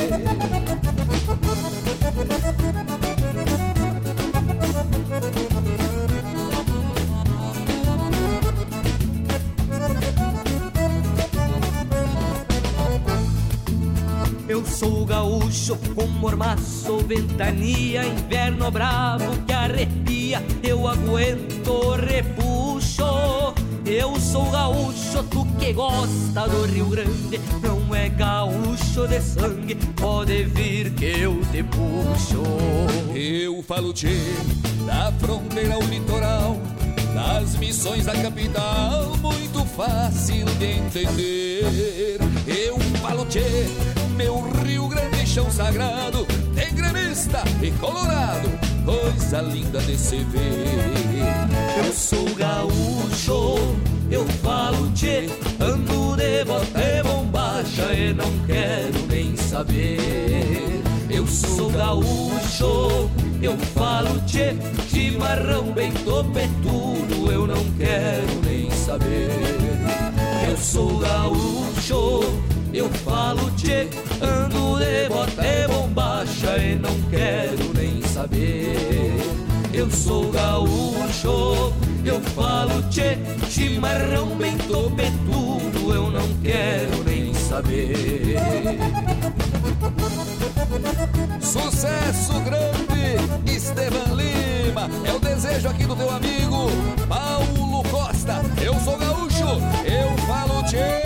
Speaker 18: Eu sou gaúcho com mormaço, ventania, inverno bravo que arrepia, eu aguento o repuxo. Eu sou gaúcho, tu que gosta do Rio Grande, não é gaúcho de sangue, pode vir que eu te puxo.
Speaker 19: Eu falo tchê, da fronteira ao litoral, das missões da capital, muito fácil de entender. Eu falo tchê, meu Rio Grande chão sagrado, tem gremista e colorado, coisa linda de se ver.
Speaker 18: Eu sou gaúcho, eu falo tchê, ando de bote bombacha e não quero nem saber. Eu sou gaúcho, eu falo tchê, chimarrão bem topetudo, eu não quero nem saber. Eu sou gaúcho, eu falo tchê, ando de bote bombacha e não quero nem saber. Eu sou gaúcho, eu falo tchê, chimarrão bem topetudo, eu não quero nem saber.
Speaker 19: Sucesso grande, Estevan Lima, é o desejo aqui do teu amigo Paulo Costa. Eu sou gaúcho, eu falo tchê.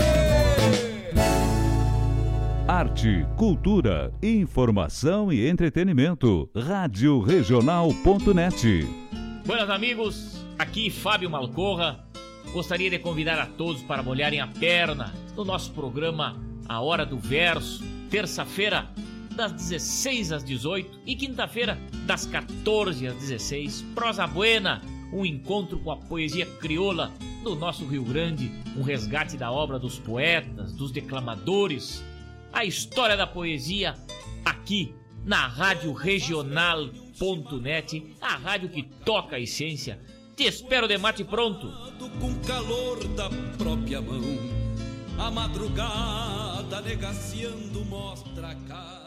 Speaker 1: Arte, cultura, informação e entretenimento. Rádio Regional.net.
Speaker 20: Buenas amigos, aqui Fábio Malcorra. Gostaria de convidar a todos para molharem a perna no nosso programa A Hora do Verso, terça-feira das 16 às 18 e quinta-feira das 14 às 16. Prosa Buena, um encontro com a poesia crioula do nosso Rio Grande, um resgate da obra dos poetas, dos declamadores, a história da poesia aqui na Rádio Regional.net, a rádio que toca a essência. Te espero de mate pronto.
Speaker 9: Com calor da própria mão, a madrugada negaciando mostra a cara.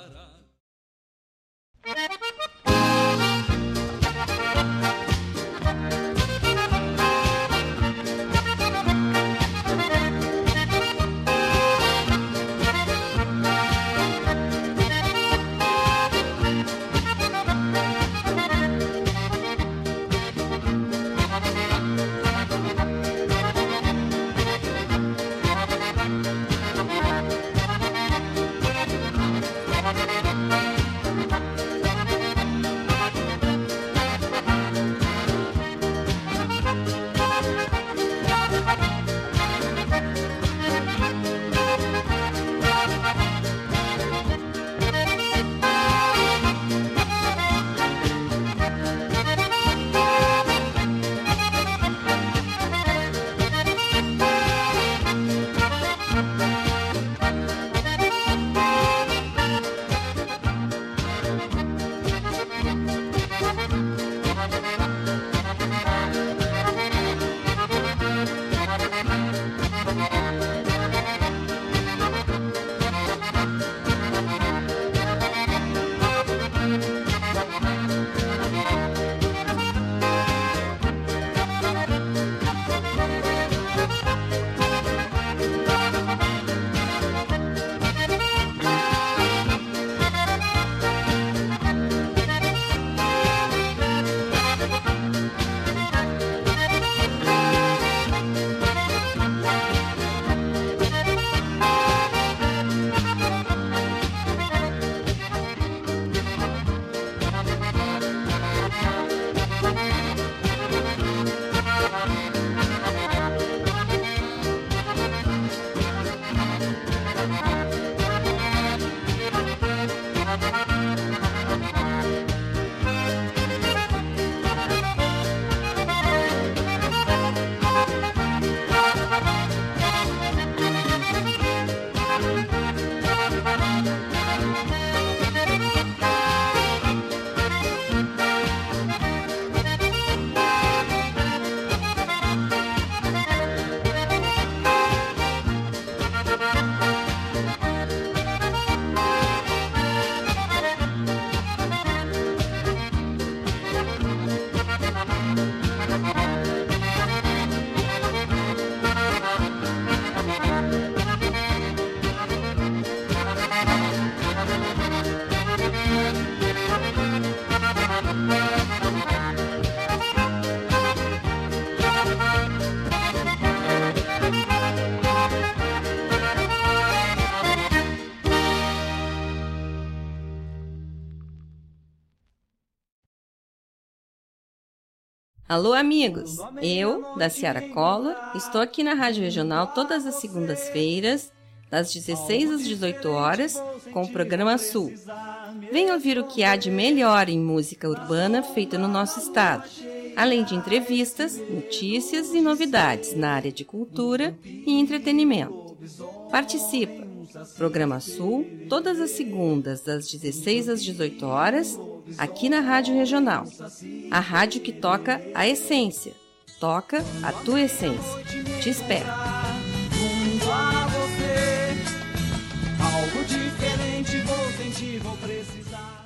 Speaker 21: Alô, amigos! Eu, da Ciara Collor, estou aqui na Rádio Regional todas as segundas-feiras, das 16 às 18 horas, com o programa Sul. Venha ouvir o que há de melhor em música urbana feita no nosso estado, além de entrevistas, notícias e novidades na área de cultura e entretenimento. Participa! Programa Sul, todas as segundas, das 16 às 18 horas, aqui na Rádio Regional. A rádio que toca a essência. Toca a tua essência. Te espero.
Speaker 22: Junto a você, algo diferente vou sentir, vou precisar.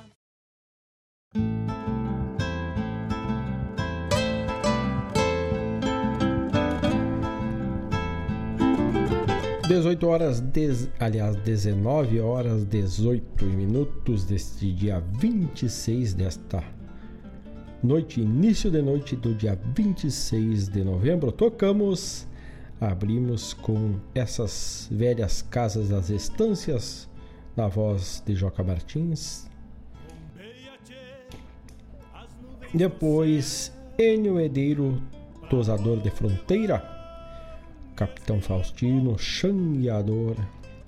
Speaker 3: 19 horas 18 minutos deste dia 26 desta noite, início de noite do dia 26 de novembro. Abrimos com essas velhas casas das estâncias, na voz de Joca Martins. Depois, Enio Edeiro, Tosador de Fronteira, Capitão Faustino, Xangueador,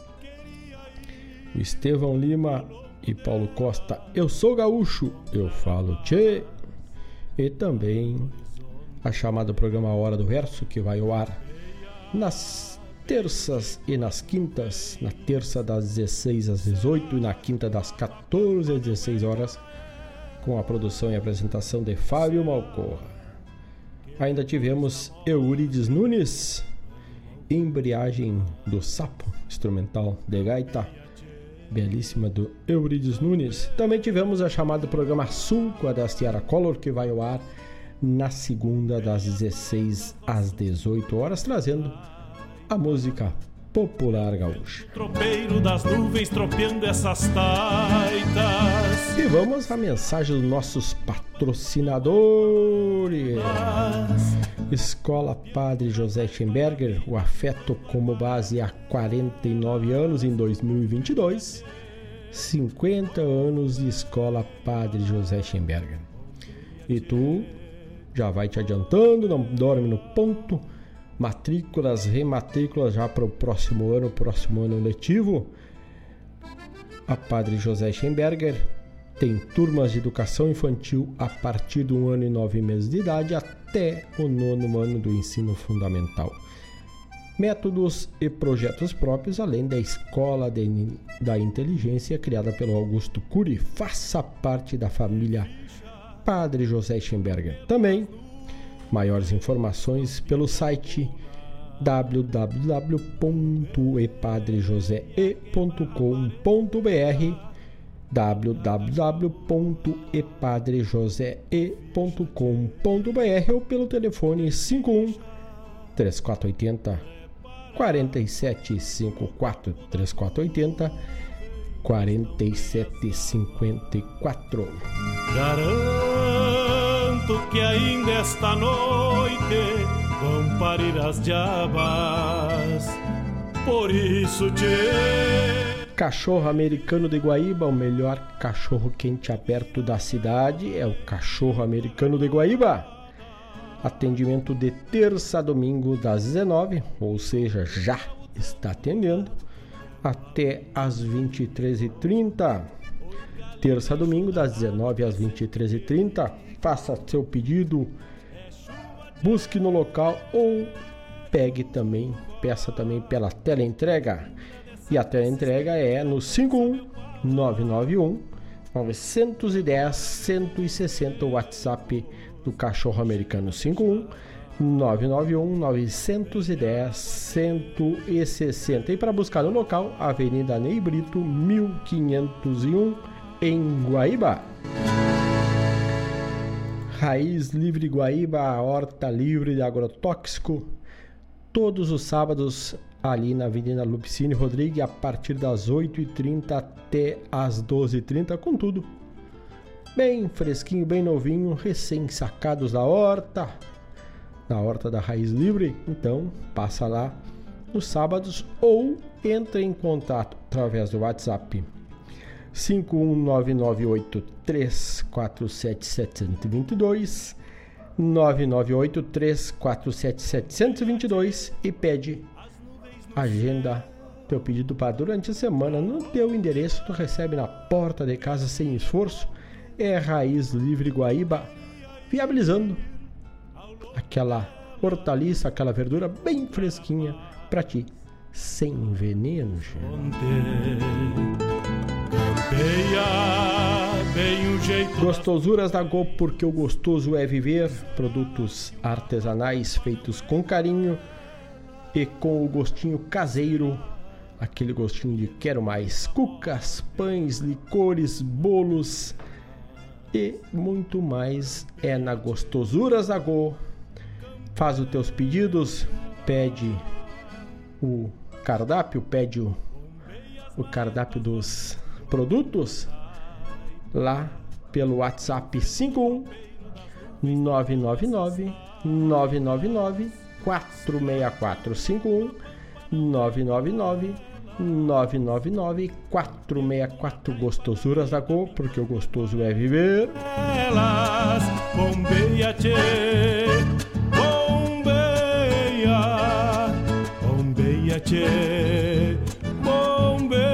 Speaker 3: o Estevão Lima e Paulo Costa, Eu Sou Gaúcho, Eu Falo Tchê, e também a chamada programa Hora do Verso, que vai ao ar nas terças e nas quintas, na terça das 16 às 18 e na quinta das 14 às 16 horas, com a produção e apresentação de Fábio Malcorra. Ainda tivemos Eurides Nunes, Embreagem do Sapo, instrumental de gaita, belíssima, do Eurides Nunes. Também tivemos a chamada programa Sul, com a da Ciara Collor, que vai ao ar na segunda das 16 às 18 horas, trazendo a música popular gaúcha.
Speaker 2: Tropeiro das nuvens tropeando essas taitas.
Speaker 3: E vamos à mensagem dos nossos patrocinadores. Escola Padre José Schemberger, o afeto como base há 49 anos em 2022. 50 anos de Escola Padre José Schemberger. E tu já vai te adiantando, não dorme no ponto. Matrículas, rematrículas já para o próximo ano letivo. A Padre José Schemberger tem turmas de educação infantil a partir de 1 ano e 9 meses de idade até o 9º ano do ensino fundamental. Métodos e projetos próprios, além da Escola da Inteligência criada pelo Augusto Cury. Faça parte da família Padre José Schemberger. Também maiores informações pelo site www.epadrejosee.com.br www.epadrejosee.com.br ou pelo telefone 51 3480 4754 3480 4754.
Speaker 2: Garanto que ainda esta noite vão parir as diabas. Por isso te...
Speaker 3: Cachorro Americano de Guaíba, o melhor cachorro quente aberto da cidade é o Cachorro Americano de Guaíba. Atendimento de terça a domingo das 19, ou seja, já está atendendo, até às 23h30. Terça a domingo das 19 às 23h30. Faça seu pedido, busque no local ou peça também pela teleentrega. E a teleentrega é no 51991 910 160, o WhatsApp do Cachorro Americano, 51991 910 160. E para buscar no local, Avenida Ney Brito, 1501, em Guaíba. Raiz Livre Guaíba, a horta livre de agrotóxico, todos os sábados ali na Avenida Lupicínio Rodrigues, a partir das 8h30 até as 12h30, com tudo bem fresquinho, bem novinho, recém-sacados da horta, da Raiz Livre. Então passa lá nos sábados ou entre em contato através do WhatsApp 51998347722, 998-347-722 e pede agenda teu pedido para durante a semana no teu endereço. Tu recebe na porta de casa sem esforço. É Raiz Livre Guaíba, viabilizando aquela hortaliça, aquela verdura bem fresquinha para ti, sem veneno. Gostosuras da Go, porque o gostoso é viver. Produtos artesanais feitos com carinho e com o gostinho caseiro, aquele gostinho de quero mais. Cucas, pães, licores, bolos e muito mais é na Gostosuras da Go. Faz os teus pedidos, pede o cardápio, pede o cardápio dos produtos lá pelo WhatsApp 51 999 999 464 51 999 999 464. Gostosuras da Go, porque o gostoso é viver.
Speaker 2: Elas bombeia, tchê, bombeia, bombeia, tchê, bombeia.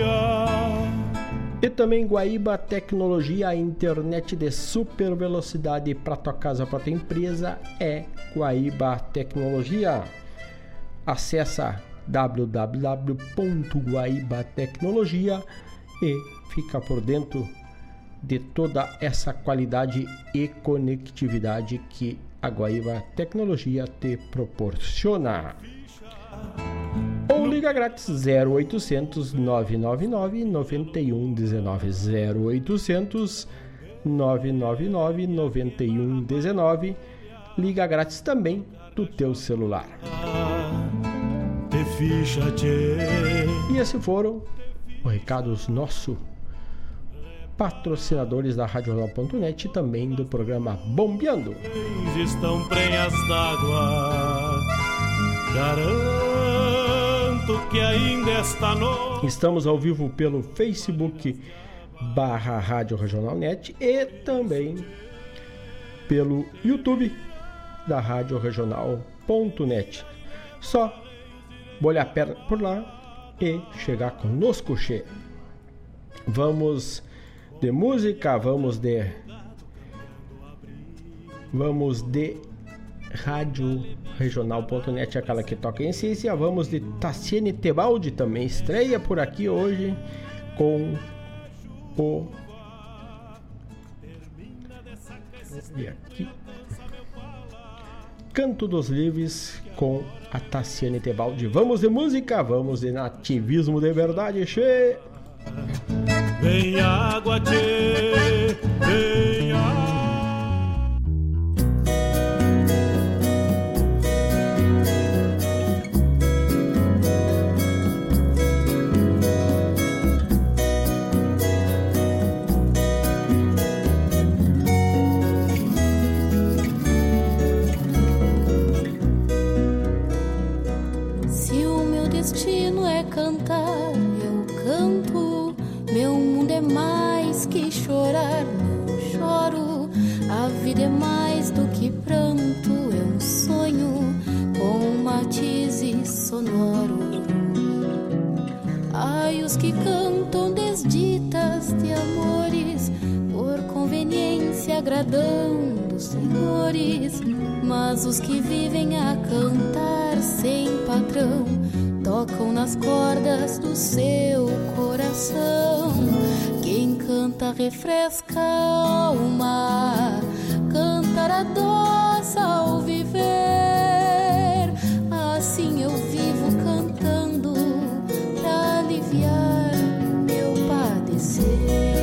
Speaker 3: E também Guaíba Tecnologia, a internet de super velocidade para tua casa, para tua empresa, é Guaíba Tecnologia. Acessa www.guaibatecnologia e fica por dentro de toda essa qualidade e conectividade que a Guaíba Tecnologia te proporciona. Ou liga grátis 0800 999 9119 0800 999 9119. Liga grátis também do teu celular. E esses foram os recados nossos patrocinadores da RadioJornal.net e também do programa Bombeando.
Speaker 2: Estão prenhas d'água, garanto que ainda esta noite.
Speaker 3: Estamos ao vivo pelo Facebook /Rádio Regional.net e também pelo YouTube da Rádio Regional.net. Só bolhar a perna por lá e chegar conosco, che. Vamos de música, vamos de Rádio Regional.net, aquela que toca em essência. Vamos de Tassiane Tebaldi, também estreia por aqui hoje com o Canto dos Livres com a Tassiane Tebaldi. Vamos de música, vamos de nativismo de verdade, che.
Speaker 2: Vem água, tchê, vem água.
Speaker 4: Se o meu destino é cantar, eu canto. Meu mundo é mais que chorar, não choro. A vida é mais do que pranto, é um sonho com matizes sonoro. Ai, os que cantam desditas de amores, por conveniência agradando os senhores. Mas os que vivem a cantar sem patrão, tocam nas cordas do seu coração. Quem canta refresca a alma, cantar adoça ao viver. Assim eu vivo cantando pra aliviar meu padecer.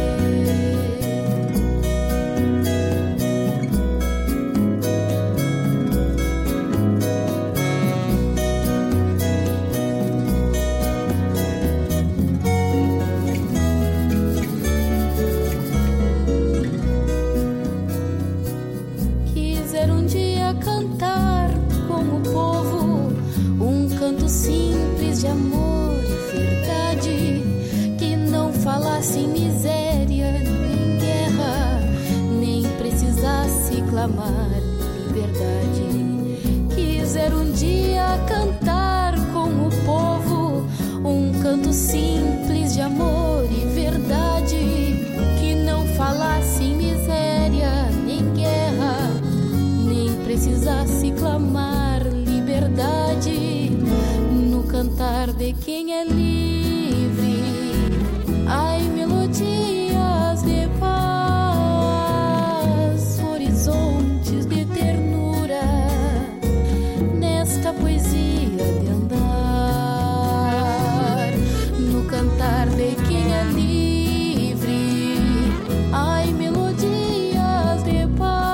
Speaker 4: Simples de amor e verdade, que não falasse em miséria nem guerra, nem precisasse clamar liberdade. Quiser um dia cantar com o povo um canto simples de amor e verdade, que não falasse em miséria nem guerra, nem precisasse clamar liberdade. No cantar de quem é livre, ai, melodias de paz, horizontes de ternura, nesta poesia de andar. No cantar de quem é livre, ai, melodias de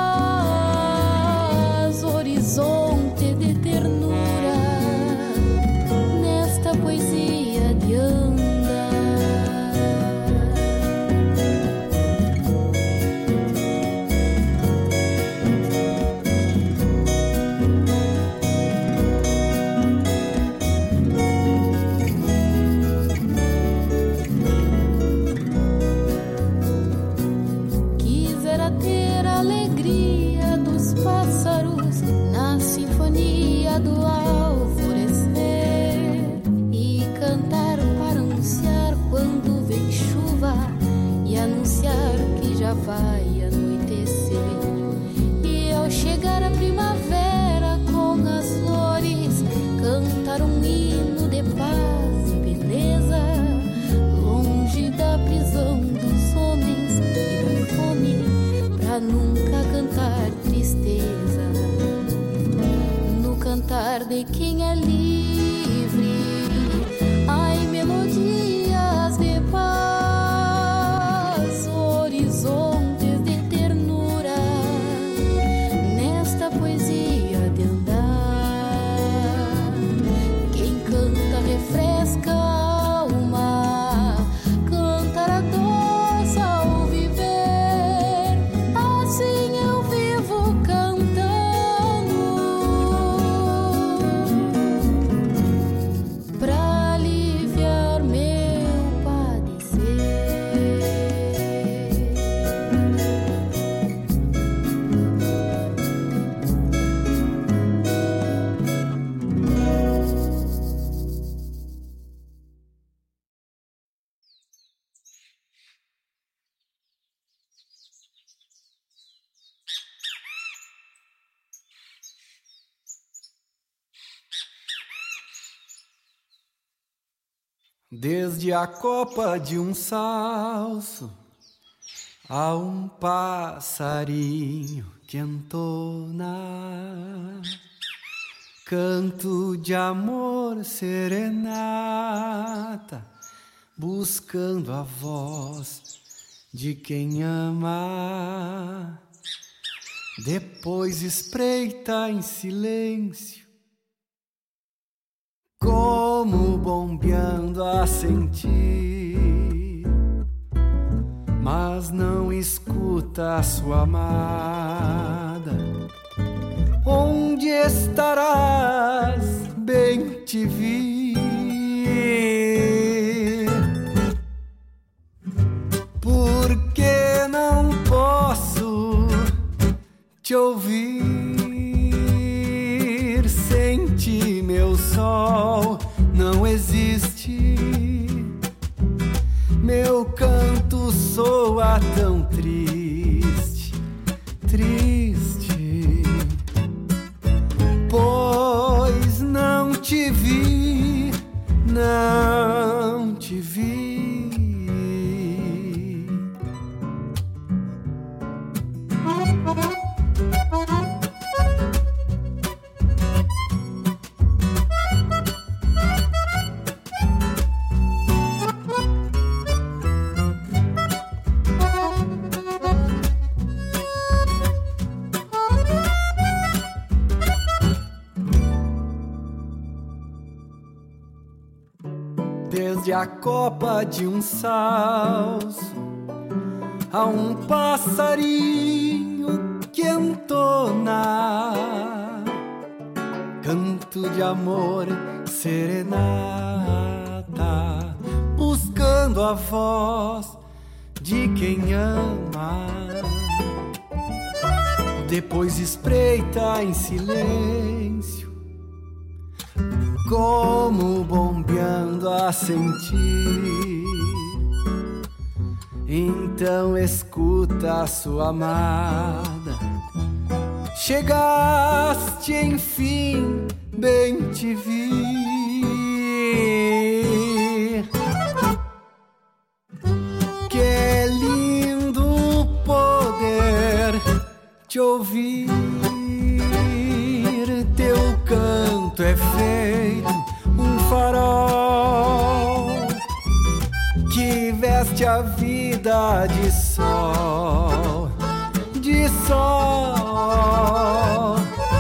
Speaker 4: paz, horizonte de ternura, nesta poesia de andar. Quisera ter a alegria dos pássaros na sinfonia do alvorecer e cantar para anunciar quando vem chuva e anunciar que já vai anoitecer. E ao chegar a primavera com as flores, cantar um hino de paz e beleza, longe da prisão dos homens e da fome, pra nunca cantar tristeza. No cantar de quem é livre, ai, melodias de paz, horizontes de ternura, nesta poesia de andar. Quem canta refresca a alma, cantar adoça ao viver. Assim eu vivo cantando pra aliviar meu padecer.
Speaker 6: Desde a copa de um salso a um passarinho que entona canto de amor serenata, buscando a voz de quem ama. Depois espreita em silêncio, como bombeando a sentir, mas não escuta a sua amada. Onde estarás? Bem te vi. Porque não posso te ouvir. Sem ti, meu sol não existe. Meu canto soa tão triste, triste, pois não te vi, não te vi. Desde a copa de um salso a um passarinho que entona canto de amor serenata, buscando a voz de quem ama. depois espreita em silêncio, como bombeando a sentir. Então escuta a sua amada, chegaste enfim, bem te vi. Que lindo poder te ouvir, teu canto é feito um farol que veste a vida de sol, de sol.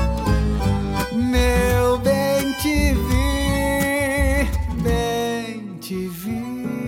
Speaker 6: Meu bem te vi, bem te vi.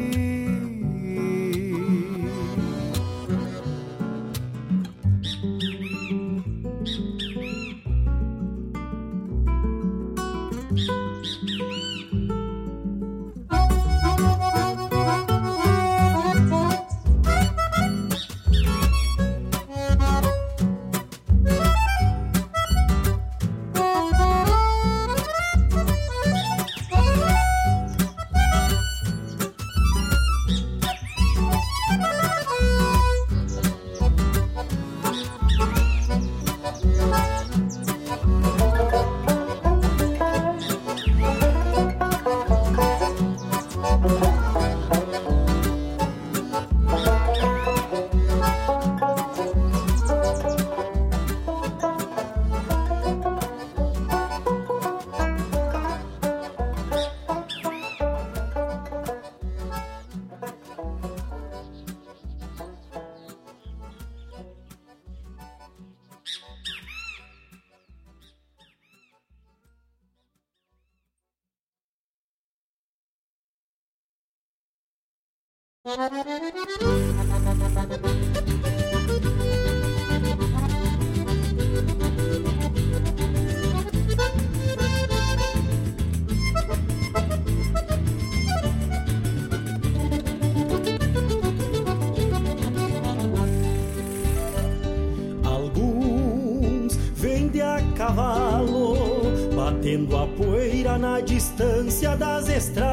Speaker 2: Alguns vêm de a cavalo, batendo a poeira na distância das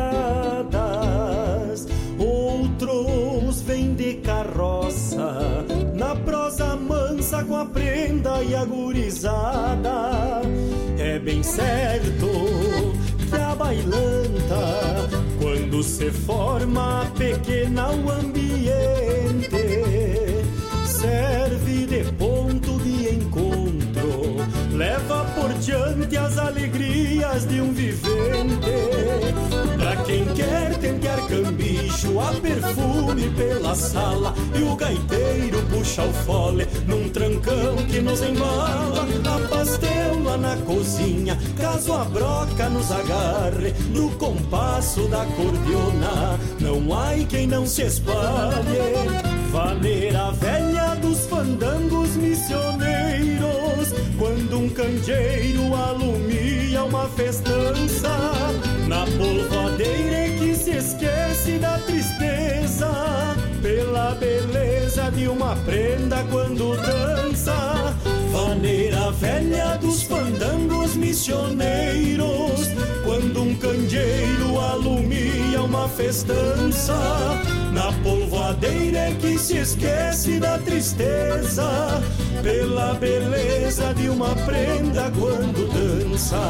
Speaker 2: estradas. Outros vêm de carroça, na prosa mansa com a prenda e a gurizada. É bem certo que a bailanta, quando se forma pequena o ambiente, serve de ponto de encontro, leva por diante as alegrias de um vivente. Pra quem quer tentar cambicho, há perfume pela sala e o gaiteiro puxa o fole num trancão que nos embala. A pastela na cozinha, caso a broca nos agarre, no compasso da cordiona não há quem não se espalhe. Vaneira velha dos fandangos missioneiros, quando um candeeiro alumia uma festança, na polvadeira é que se esquece da tristeza, pela beleza de uma prenda quando dança. Vaneira velha dos fandangos missioneiros, quando um candeeiro alumia uma festança, na polvadeira é que se esquece da tristeza, pela beleza de uma prenda quando dança.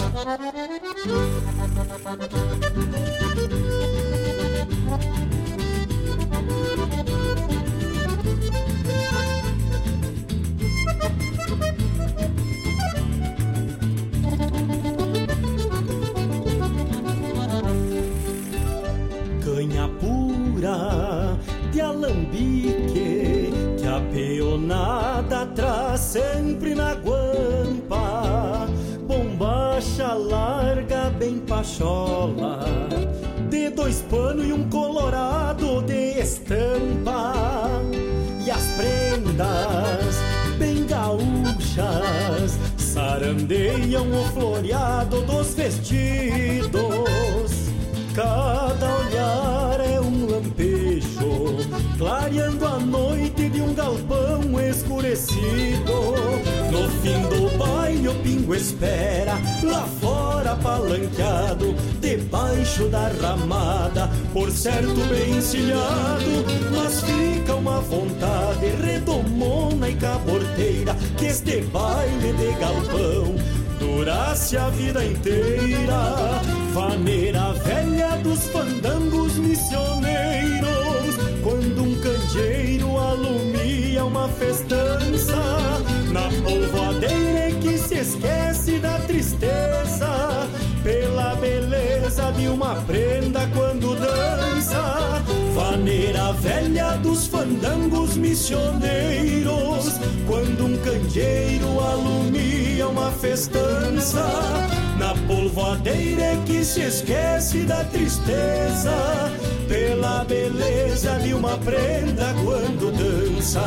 Speaker 2: Canha pura de alambique que a peonada traz sempre na guampa, bombacha larga bem pachola, de 2 panos e um colorado de estampa, e as prendas bem gaúchas sarandeiam o floreado dos vestidos. Cada olhar é um lampejo, clareando a noite de um
Speaker 5: num galpão escurecido. No fim do baile o pingo espera, lá fora palanqueado, debaixo da ramada, por certo bem encilhado. Mas fica uma vontade redomona e caborteira, que este baile de galpão durasse a vida inteira. Vaneira velha dos fandangos missioneiros, quando um candeeiro alumia uma festança. Na polvoadeira é que se esquece da tristeza, pela beleza de uma prenda quando dança. Vaneira velha dos fandangos missioneiros, quando um candeeiro alumia uma festança. Na polvoadeira é que se esquece da tristeza, pela beleza de uma prenda quando dança.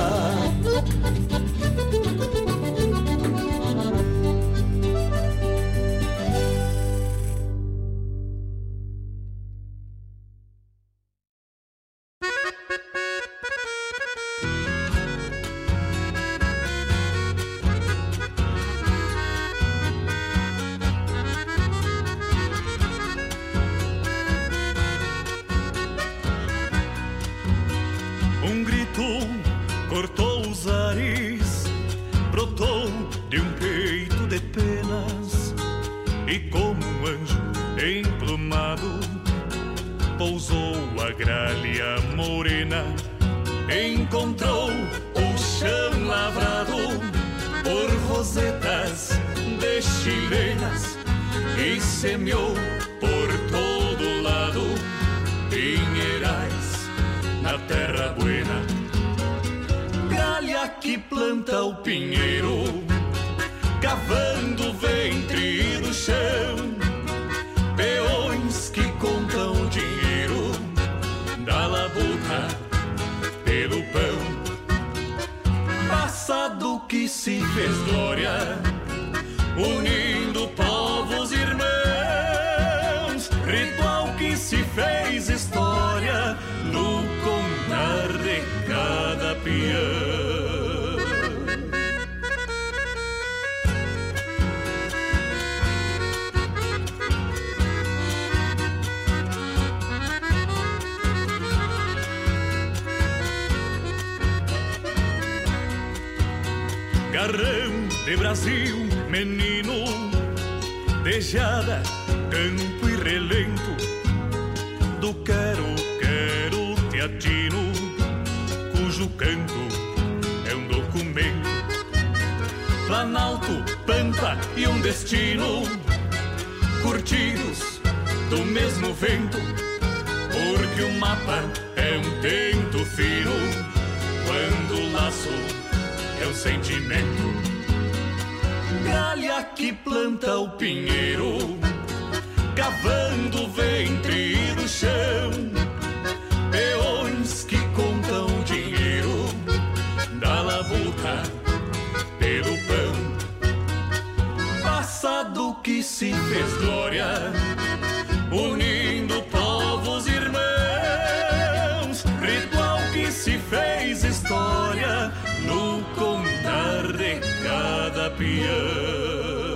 Speaker 2: Encontrou o chão lavrado por rosetas de chilenas e semeou por todo lado pinheirais na terra buena. Galha que planta o pinheiro, cavando o ventre do chão, peões que contam o dinheiro da labuta pelo pão. Passado que se fez glória, unindo povos irmãos, ritual que se fez história no contar de cada peão. Garrão de Brasil, menino, de geada, campo e relento, do quero, quero teatino, cujo canto é um documento. Planalto, pampa e um destino, curtidos do mesmo vento, porque o mapa é um tento fino, quando o laço é o sentimento. Galha que planta o pinheiro, cavando o ventre do chão, peões que contam o dinheiro da labuta pelo pão. Passado que se fez glória, unindo povos irmãos, ritual que se fez história no contar de cada peão.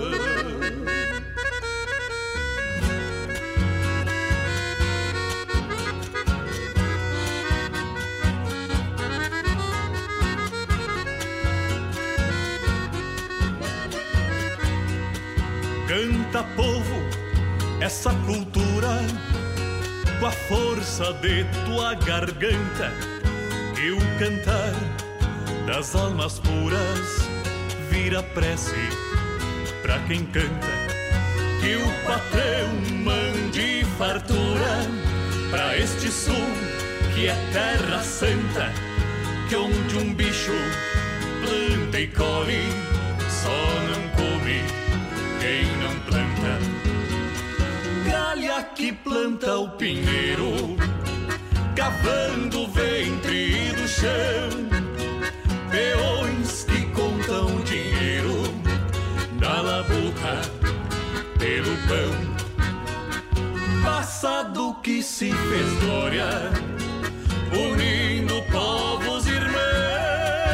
Speaker 2: Canta, povo, essa cultura, com a força de tua garganta, que o cantar das almas puras vira prece pra quem canta. Que o patrão mande fartura pra este sul que é terra santa, que onde um bicho planta e colhe, só não come quem não planta. Galha que planta o pinheiro, cavando o ventre do chão, peões que contam o dinheiro da labuta pelo pão. Passado que se fez glória, unindo povos irmãos,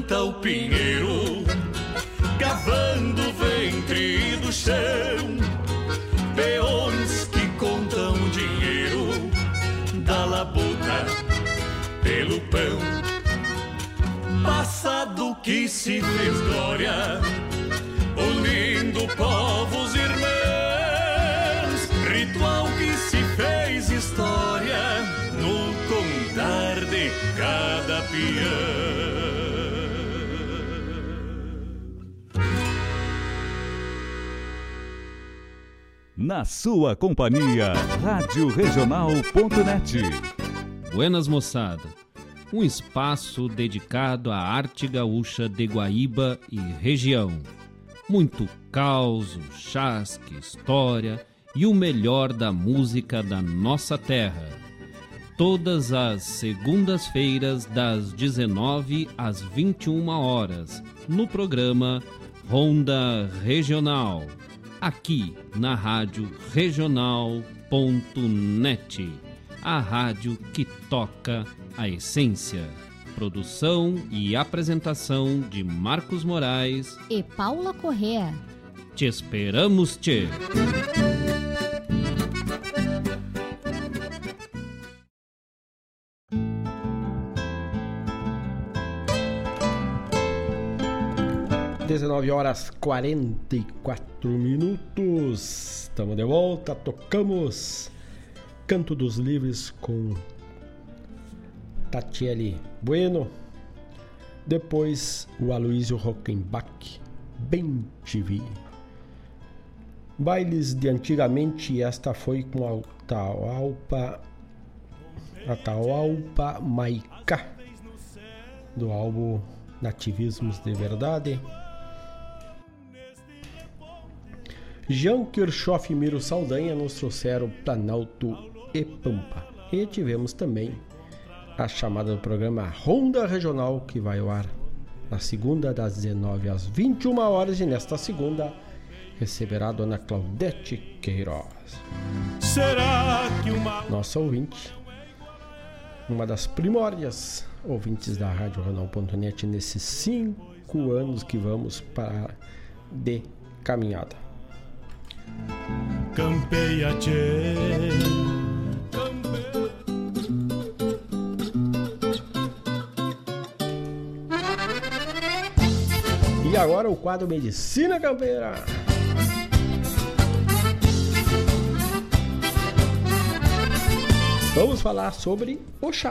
Speaker 2: canta o pinheiro, cavando o ventre do chão. Peões que contam dinheiro da labuta pelo pão. Passado que se fez glória, unindo povos irmãos. Ritual que se fez história no contar de cada peão.
Speaker 1: Na sua companhia, Rádio Regional.net.
Speaker 7: Buenas moçada, um espaço dedicado à arte gaúcha de Guaíba e região. Muito causo, chasque, história e o melhor da música da nossa terra. Todas as segundas-feiras, das 19 às 21 horas, no programa Ronda Regional, aqui na Rádio Regional.net, a rádio que toca a essência. Produção e apresentação de Marcos Moraes
Speaker 8: e Paula Correa.
Speaker 7: Te esperamos, tchê!
Speaker 3: Horas 44 minutos. Estamos de volta, tocamos Canto dos Livres com Tatiele Bueno. Depois o Aloysio Rockenbach, Bem Te Vi. Bailes de antigamente, esta foi com a Atahualpa Maicá, do álbum Nativismos de Verdade. Jean Kirchhoff e Miro Saldanha nos trouxeram Planalto e Pampa. E tivemos também a chamada do programa Ronda Regional, que vai ao ar na segunda das 19 às 21 horas, e nesta segunda receberá a dona Claudete Queiroz.
Speaker 2: Será que
Speaker 3: nossa ouvinte, uma das primórdias ouvintes da Rádio Regional.net nesses 5 anos que vamos para de caminhada.
Speaker 2: Campeia, tchê.
Speaker 3: E agora o quadro Medicina Campeira. Vamos falar sobre o chá.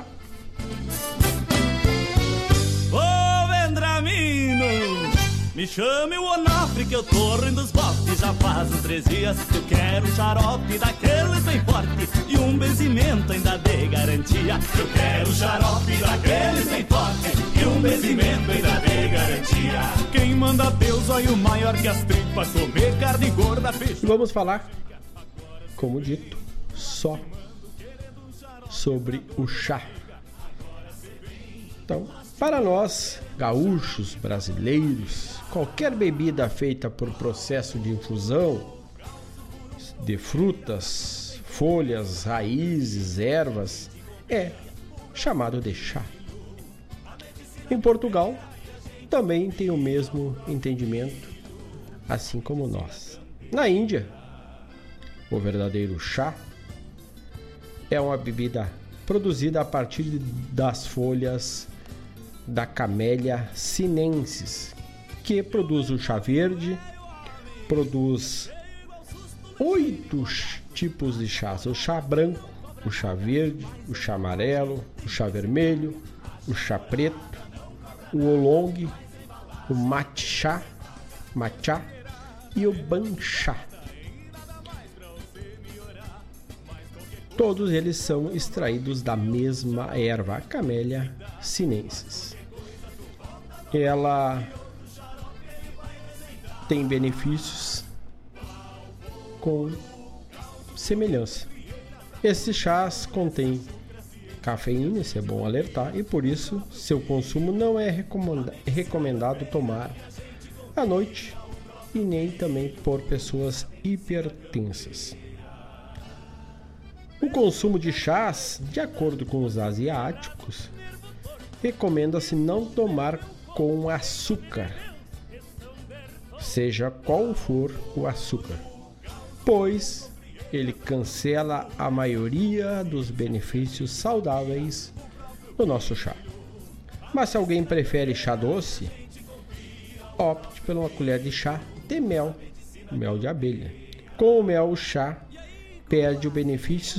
Speaker 22: Ô Vendramino, me chame o Onofre que eu tô rindo dos botes. Já faz uns 3 dias que eu quero um xarope daqueles bem forte e um benzimento ainda de garantia. Eu quero um xarope daqueles bem forte e um benzimento ainda de garantia. Quem manda Deus, olha o maior que as tripas, comer carne gorda, peixe.
Speaker 3: E vamos falar, como dito, só sobre o chá. Então, para nós, gaúchos, brasileiros, qualquer bebida feita por processo de infusão de frutas, folhas, raízes, ervas é chamado de chá. Em Portugal, também tem o mesmo entendimento, assim como nós. Na Índia, o verdadeiro chá é uma bebida produzida a partir das folhas da Camellia sinensis, que produz o chá verde, produz 8 tipos de chás: o chá branco, o chá verde, o chá amarelo, o chá vermelho, o chá preto, o oolong, o matcha e o banchá. Todos eles são extraídos da mesma erva, a Camellia sinensis. Ela tem benefícios com semelhança. Esses chás contêm cafeína, isso é bom alertar, e por isso seu consumo não é recomendado tomar à noite e nem também por pessoas hipertensas. O consumo de chás, de acordo com os asiáticos, recomenda-se não tomar com açúcar, seja qual for o açúcar, pois ele cancela a maioria dos benefícios saudáveis do nosso chá. Mas se alguém prefere chá doce, opte por uma colher de chá de mel de abelha. Com o mel, o chá perde o benefício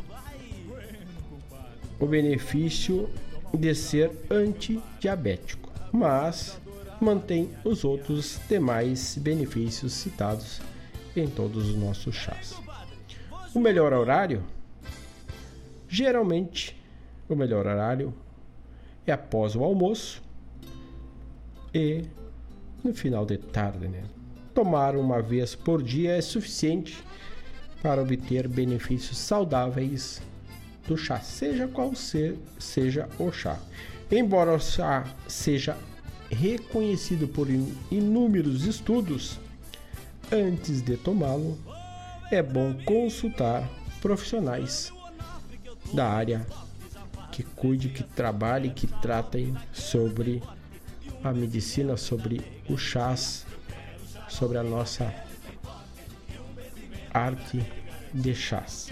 Speaker 3: de ser antidiabético, mas mantém os outros demais benefícios citados em todos os nossos chás. O melhor horário? Geralmente, o melhor horário é após o almoço e no final de tarde, né? Tomar uma vez por dia é suficiente para obter benefícios saudáveis do chá, seja qual seja o chá. Embora o chá seja reconhecido por inúmeros estudos, antes de tomá-lo, é bom consultar profissionais da área que cuide, que trabalhe, que tratem sobre a medicina, sobre os chás, sobre a nossa arte de chás.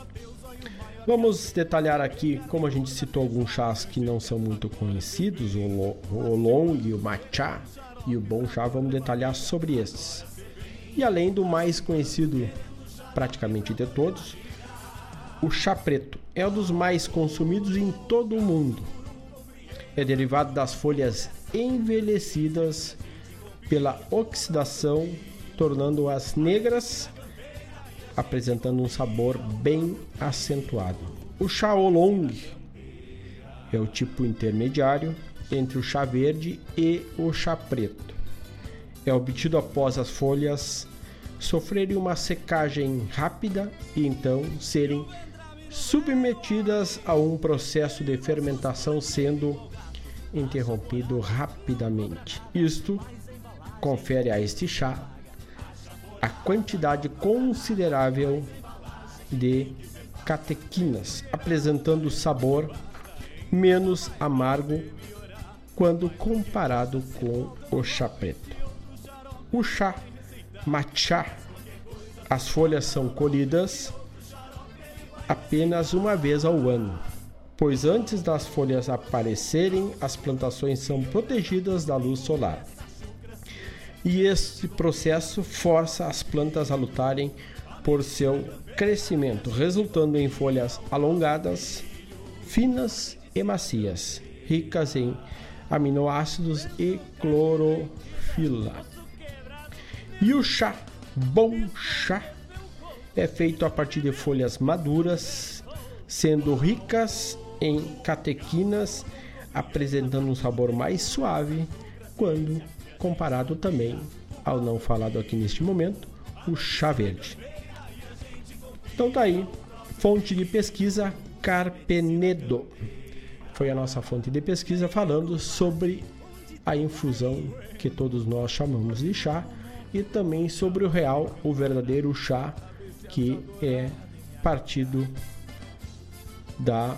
Speaker 3: Vamos detalhar aqui, como a gente citou alguns chás que não são muito conhecidos, o Oolong, o Matcha e o Bom Chá, vamos detalhar sobre estes. E além do mais conhecido praticamente de todos, o chá preto é um dos mais consumidos em todo o mundo. É derivado das folhas envelhecidas pela oxidação, tornando-as negras, apresentando um sabor bem acentuado. O chá Oolong é o tipo intermediário entre o chá verde e o chá preto. É obtido após as folhas sofrerem uma secagem rápida e então serem submetidas a um processo de fermentação, sendo interrompido rapidamente. Isto confere a este chá a quantidade considerável de catequinas, apresentando sabor menos amargo quando comparado com o chá preto. O chá Matcha, as folhas são colhidas apenas uma vez ao ano, pois antes das folhas aparecerem, as plantações são protegidas da luz solar. E este processo força as plantas a lutarem por seu crescimento, resultando em folhas alongadas, finas e macias, ricas em aminoácidos e clorofila. E o chá Bom Chá é feito a partir de folhas maduras, sendo ricas em catequinas, apresentando um sabor mais suave quando comparado também ao não falado aqui neste momento, o chá verde. Então tá aí, fonte de pesquisa Carpenedo. Foi a nossa fonte de pesquisa falando sobre a infusão que todos nós chamamos de chá e também sobre o real, o verdadeiro chá, que é partido da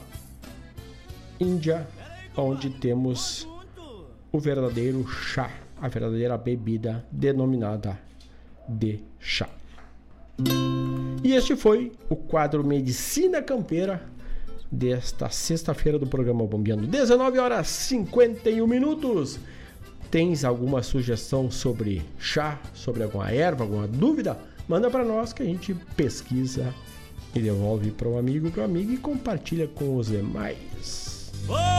Speaker 3: Índia, onde temos o verdadeiro chá, a verdadeira bebida denominada de chá. E este foi o quadro Medicina Campeira desta sexta-feira do programa Bombeando. 19h51. Tens alguma sugestão sobre chá, sobre alguma erva, alguma dúvida? Manda para nós que a gente pesquisa e devolve para um amigo e compartilha com os demais.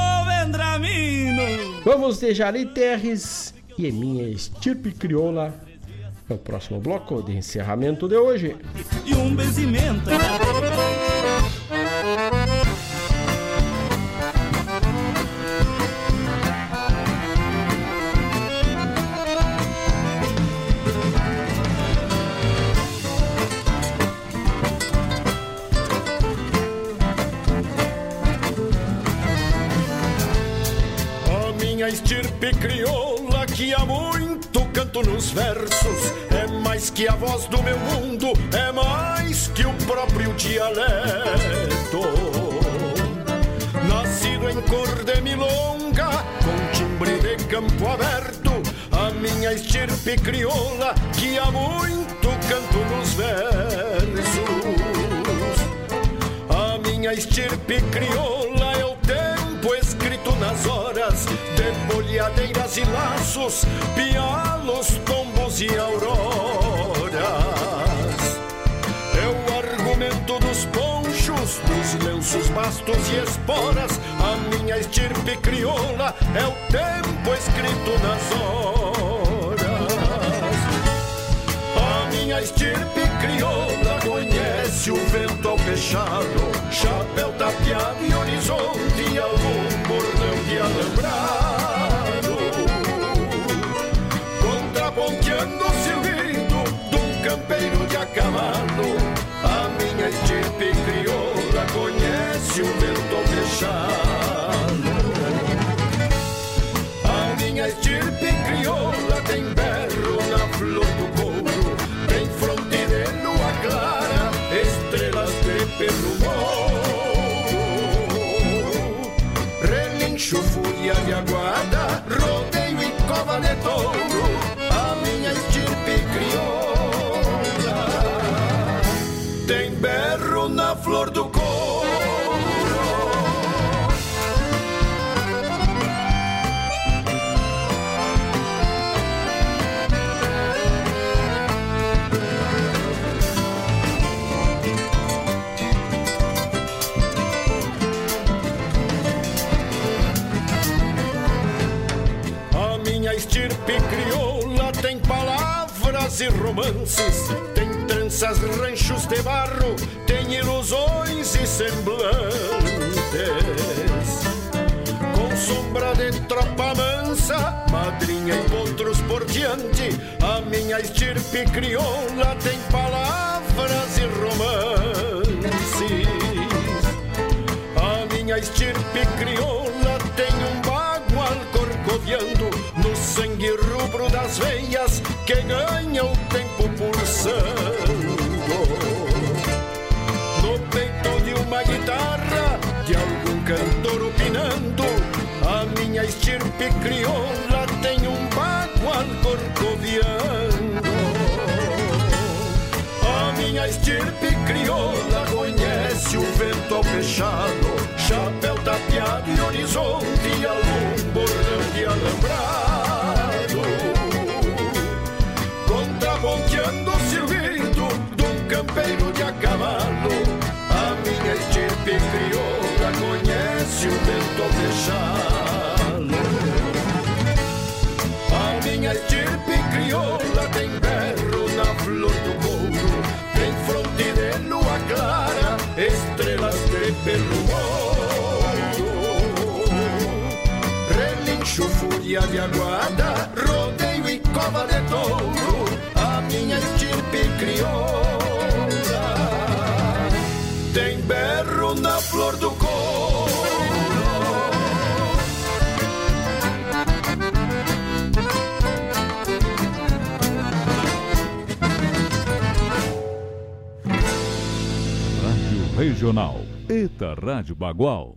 Speaker 3: Vamos de Jari Terres e minha estirpe crioula no próximo bloco de encerramento de hoje.
Speaker 22: E um benzimento.
Speaker 13: Estirpe crioula que há muito canto nos versos, é mais que a voz do meu mundo, é mais que o próprio dialeto. Nascido em cor de milonga, com timbre de campo aberto, a minha estirpe crioula que há muito canto nos versos. A minha estirpe crioula é o tempo escrito nas horas de bolhadeiras e laços, pialos, tombos e auroras. É o argumento dos ponchos, dos lenços, bastos e esporas. A minha estirpe crioula é o tempo escrito nas horas. A minha estirpe crioula conhece o vento ao fechado, chapéu tapeado e horizonte, e algum bordão de alambrado, contraponteando o silbido de um campeiro de a cavalo. A minha estirpe crioula conhece o vento ao fechado. A minha estirpe crioula tem berro na flor do couro, tem fronte de lua clara, estrelas de pelo morro, relincho, fúria de aguada, rodeio e cova de touro. A minha estirpe crioula tem berro na flor do couro. A minha estirpe crioula tem palavras e romances, tem tranças, ranchos de barro, tem ilusões e semblantes. Com sombra de tropa mansa, madrinha e potros por diante, a minha estirpe crioula tem palavras e romances. A minha estirpe crioula tem um bagual corcoviando no sangue rubro das veias que ganha o tempo pulsando. No peito de uma guitarra, de algum cantor opinando, a minha estirpe crioula tem um bagual corcoviando. A minha estirpe crioula conhece o vento ao fechado, chapéu tapeado e horizonte, e algum bordão de alambrado, contraponteando o silbido de um campeiro de a cavalo. A minha estirpe crioula conhece o vento ao fechado. A minha estirpe crioula tem berro na flor do couro, tem fronte de lua clara, estrelas de pelo morro, relincho, fúria de aguada, rodeio e cova de touro. A minha estirpe crioula tem berro na flor do couro.
Speaker 1: Regional Eta Rádio Bagual.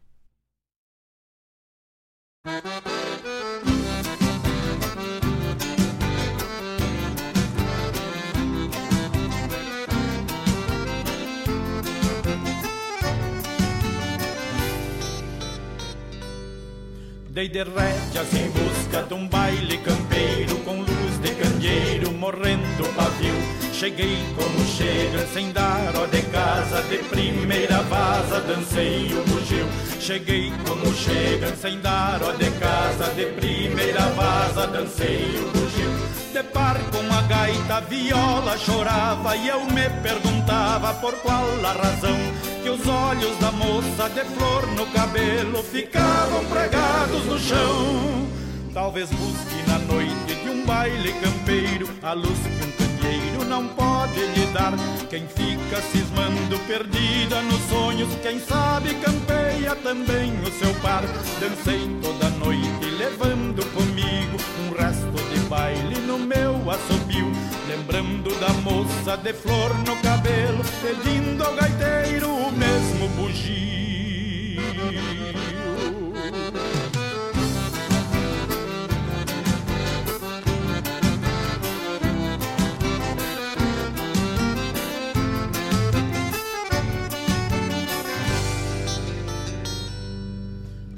Speaker 22: Dei de rédeas em busca de um baile campeiro, com luz de candeeiro morrendo o pavio. Cheguei como chega, sem dar ó de casa, de primeira vaza dancei o bugio. Cheguei como chega, sem dar ó de casa, de primeira vaza dancei o bugio. De par com a gaita, viola chorava, e eu me perguntava por qual a razão que os olhos da moça de flor no cabelo ficavam pregados no chão. Talvez busque na noite de um baile campeiro a luz que um candeeiro não pode lhe dar. Quem fica cismando perdida nos sonhos, quem sabe campeia também o seu par. Dancei toda noite levando comigo um resto de baile no meu assobio, lembrando da moça de flor no cabelo, pedindo ao gaiteiro o mesmo bugio.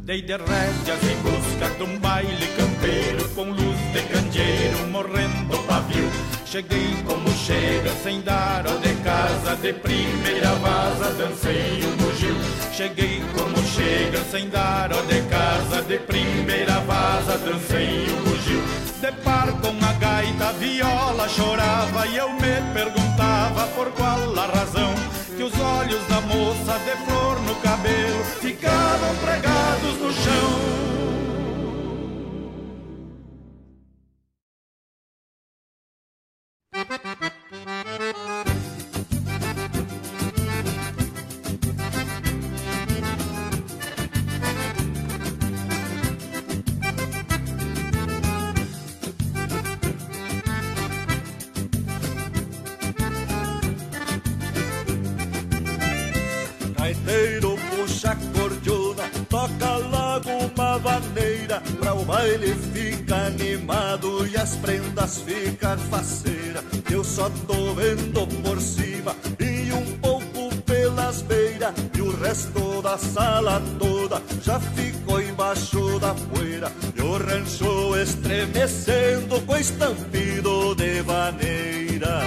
Speaker 5: Dei de rédeas em busca de um baile campeiro, com luz de candeeiro morrendo o pavio. Cheguei como chega, sem dar ó de casa, de primeira vaza dancei um bugio. Cheguei como chega, sem dar ó de casa, de primeira vaza dancei um bugio. De par com a gaita, a viola chorava e eu me perguntava por qual a razão que os olhos da moça de flor no cabelo ficavam pregados no chão.
Speaker 8: Gaiteiro puxa cordiona, toca logo uma vaneira, pra o baile fica animado e as prendas ficar faceira. Eu só tô vendo por cima e um pouco pelas beiras, e o resto da sala toda já ficou embaixo da poeira. E o rancho estremecendo com estampido de vaneira.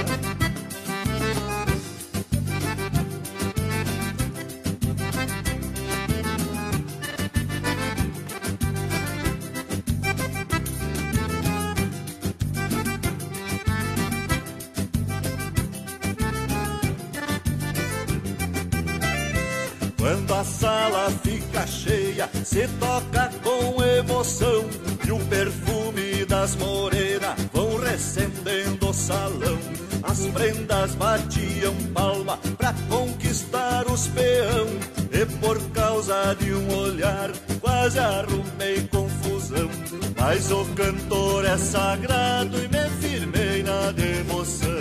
Speaker 8: Quando a sala fica cheia, se toca com emoção, e o perfume das morenas vão recendendo o salão. As prendas batiam palma pra conquistar os peão, e por causa de um olhar quase arrumei confusão. Mas o cantor é sagrado e me firmei na devoção.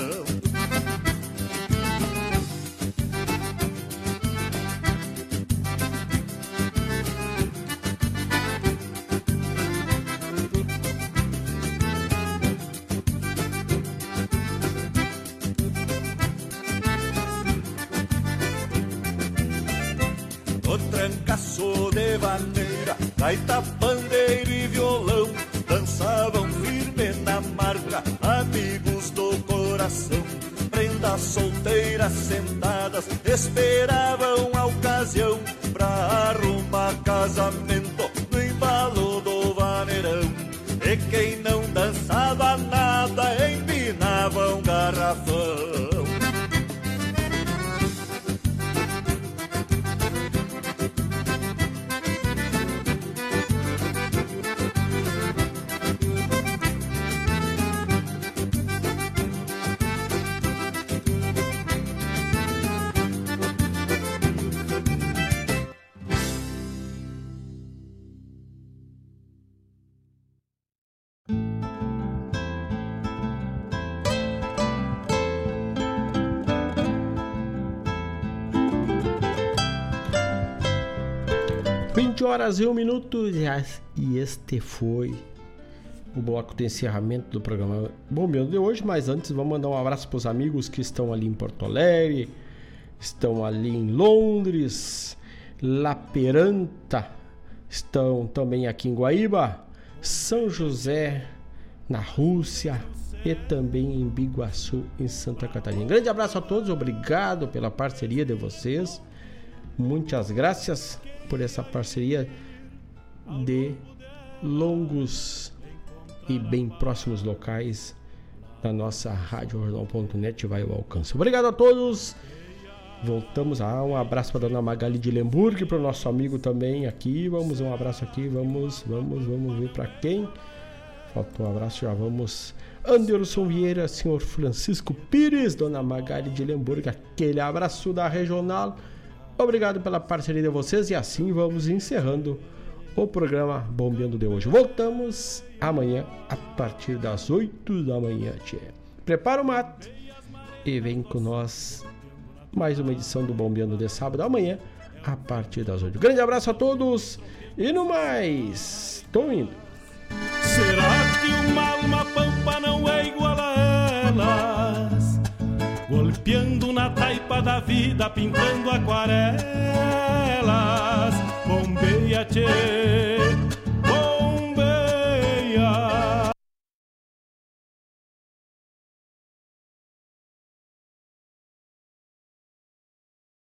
Speaker 8: Trancaço de vaneira, gaita, pandeiro e violão dançavam firme na marca, amigos do coração. Prendas solteiras sentadas esperavam a ocasião pra arrumar casamento no embalo do vaneirão. E quem não dançava nada empinava um garrafão.
Speaker 3: Horas e 1 minuto, e este foi o bloco de encerramento do programa Bombeando de hoje. Mas antes, vamos mandar um abraço para os amigos que estão ali em Porto Alegre, estão ali em Londres, La Peranta, estão também aqui em Guaíba, São José, na Rússia, e também em Biguaçu, em Santa Catarina. Grande abraço a todos, obrigado pela parceria de vocês, muitas graças por essa parceria de longos e bem próximos locais da nossa Rádio Regional.net vai ao alcance. Obrigado a todos. Voltamos a um abraço para a dona Magali de Lemburg, para o nosso amigo também aqui. Vamos, um abraço aqui. Vamos ver para quem. Faltou um abraço, já vamos. Anderson Vieira, senhor Francisco Pires, dona Magali de Lemburg, aquele abraço da Regional. Obrigado pela parceria de vocês, e assim vamos encerrando o programa Bombeando de hoje. Voltamos amanhã a partir das 8 da manhã. Prepara o mate e vem com nós mais uma edição do Bombeando de sábado amanhã a partir das 8. Grande abraço a todos e no mais, tô indo.
Speaker 2: Será que uma alma pampa não é igual a elas? Golpeando na taipa da vida, pintando aquarelas. Bombeia, tchê,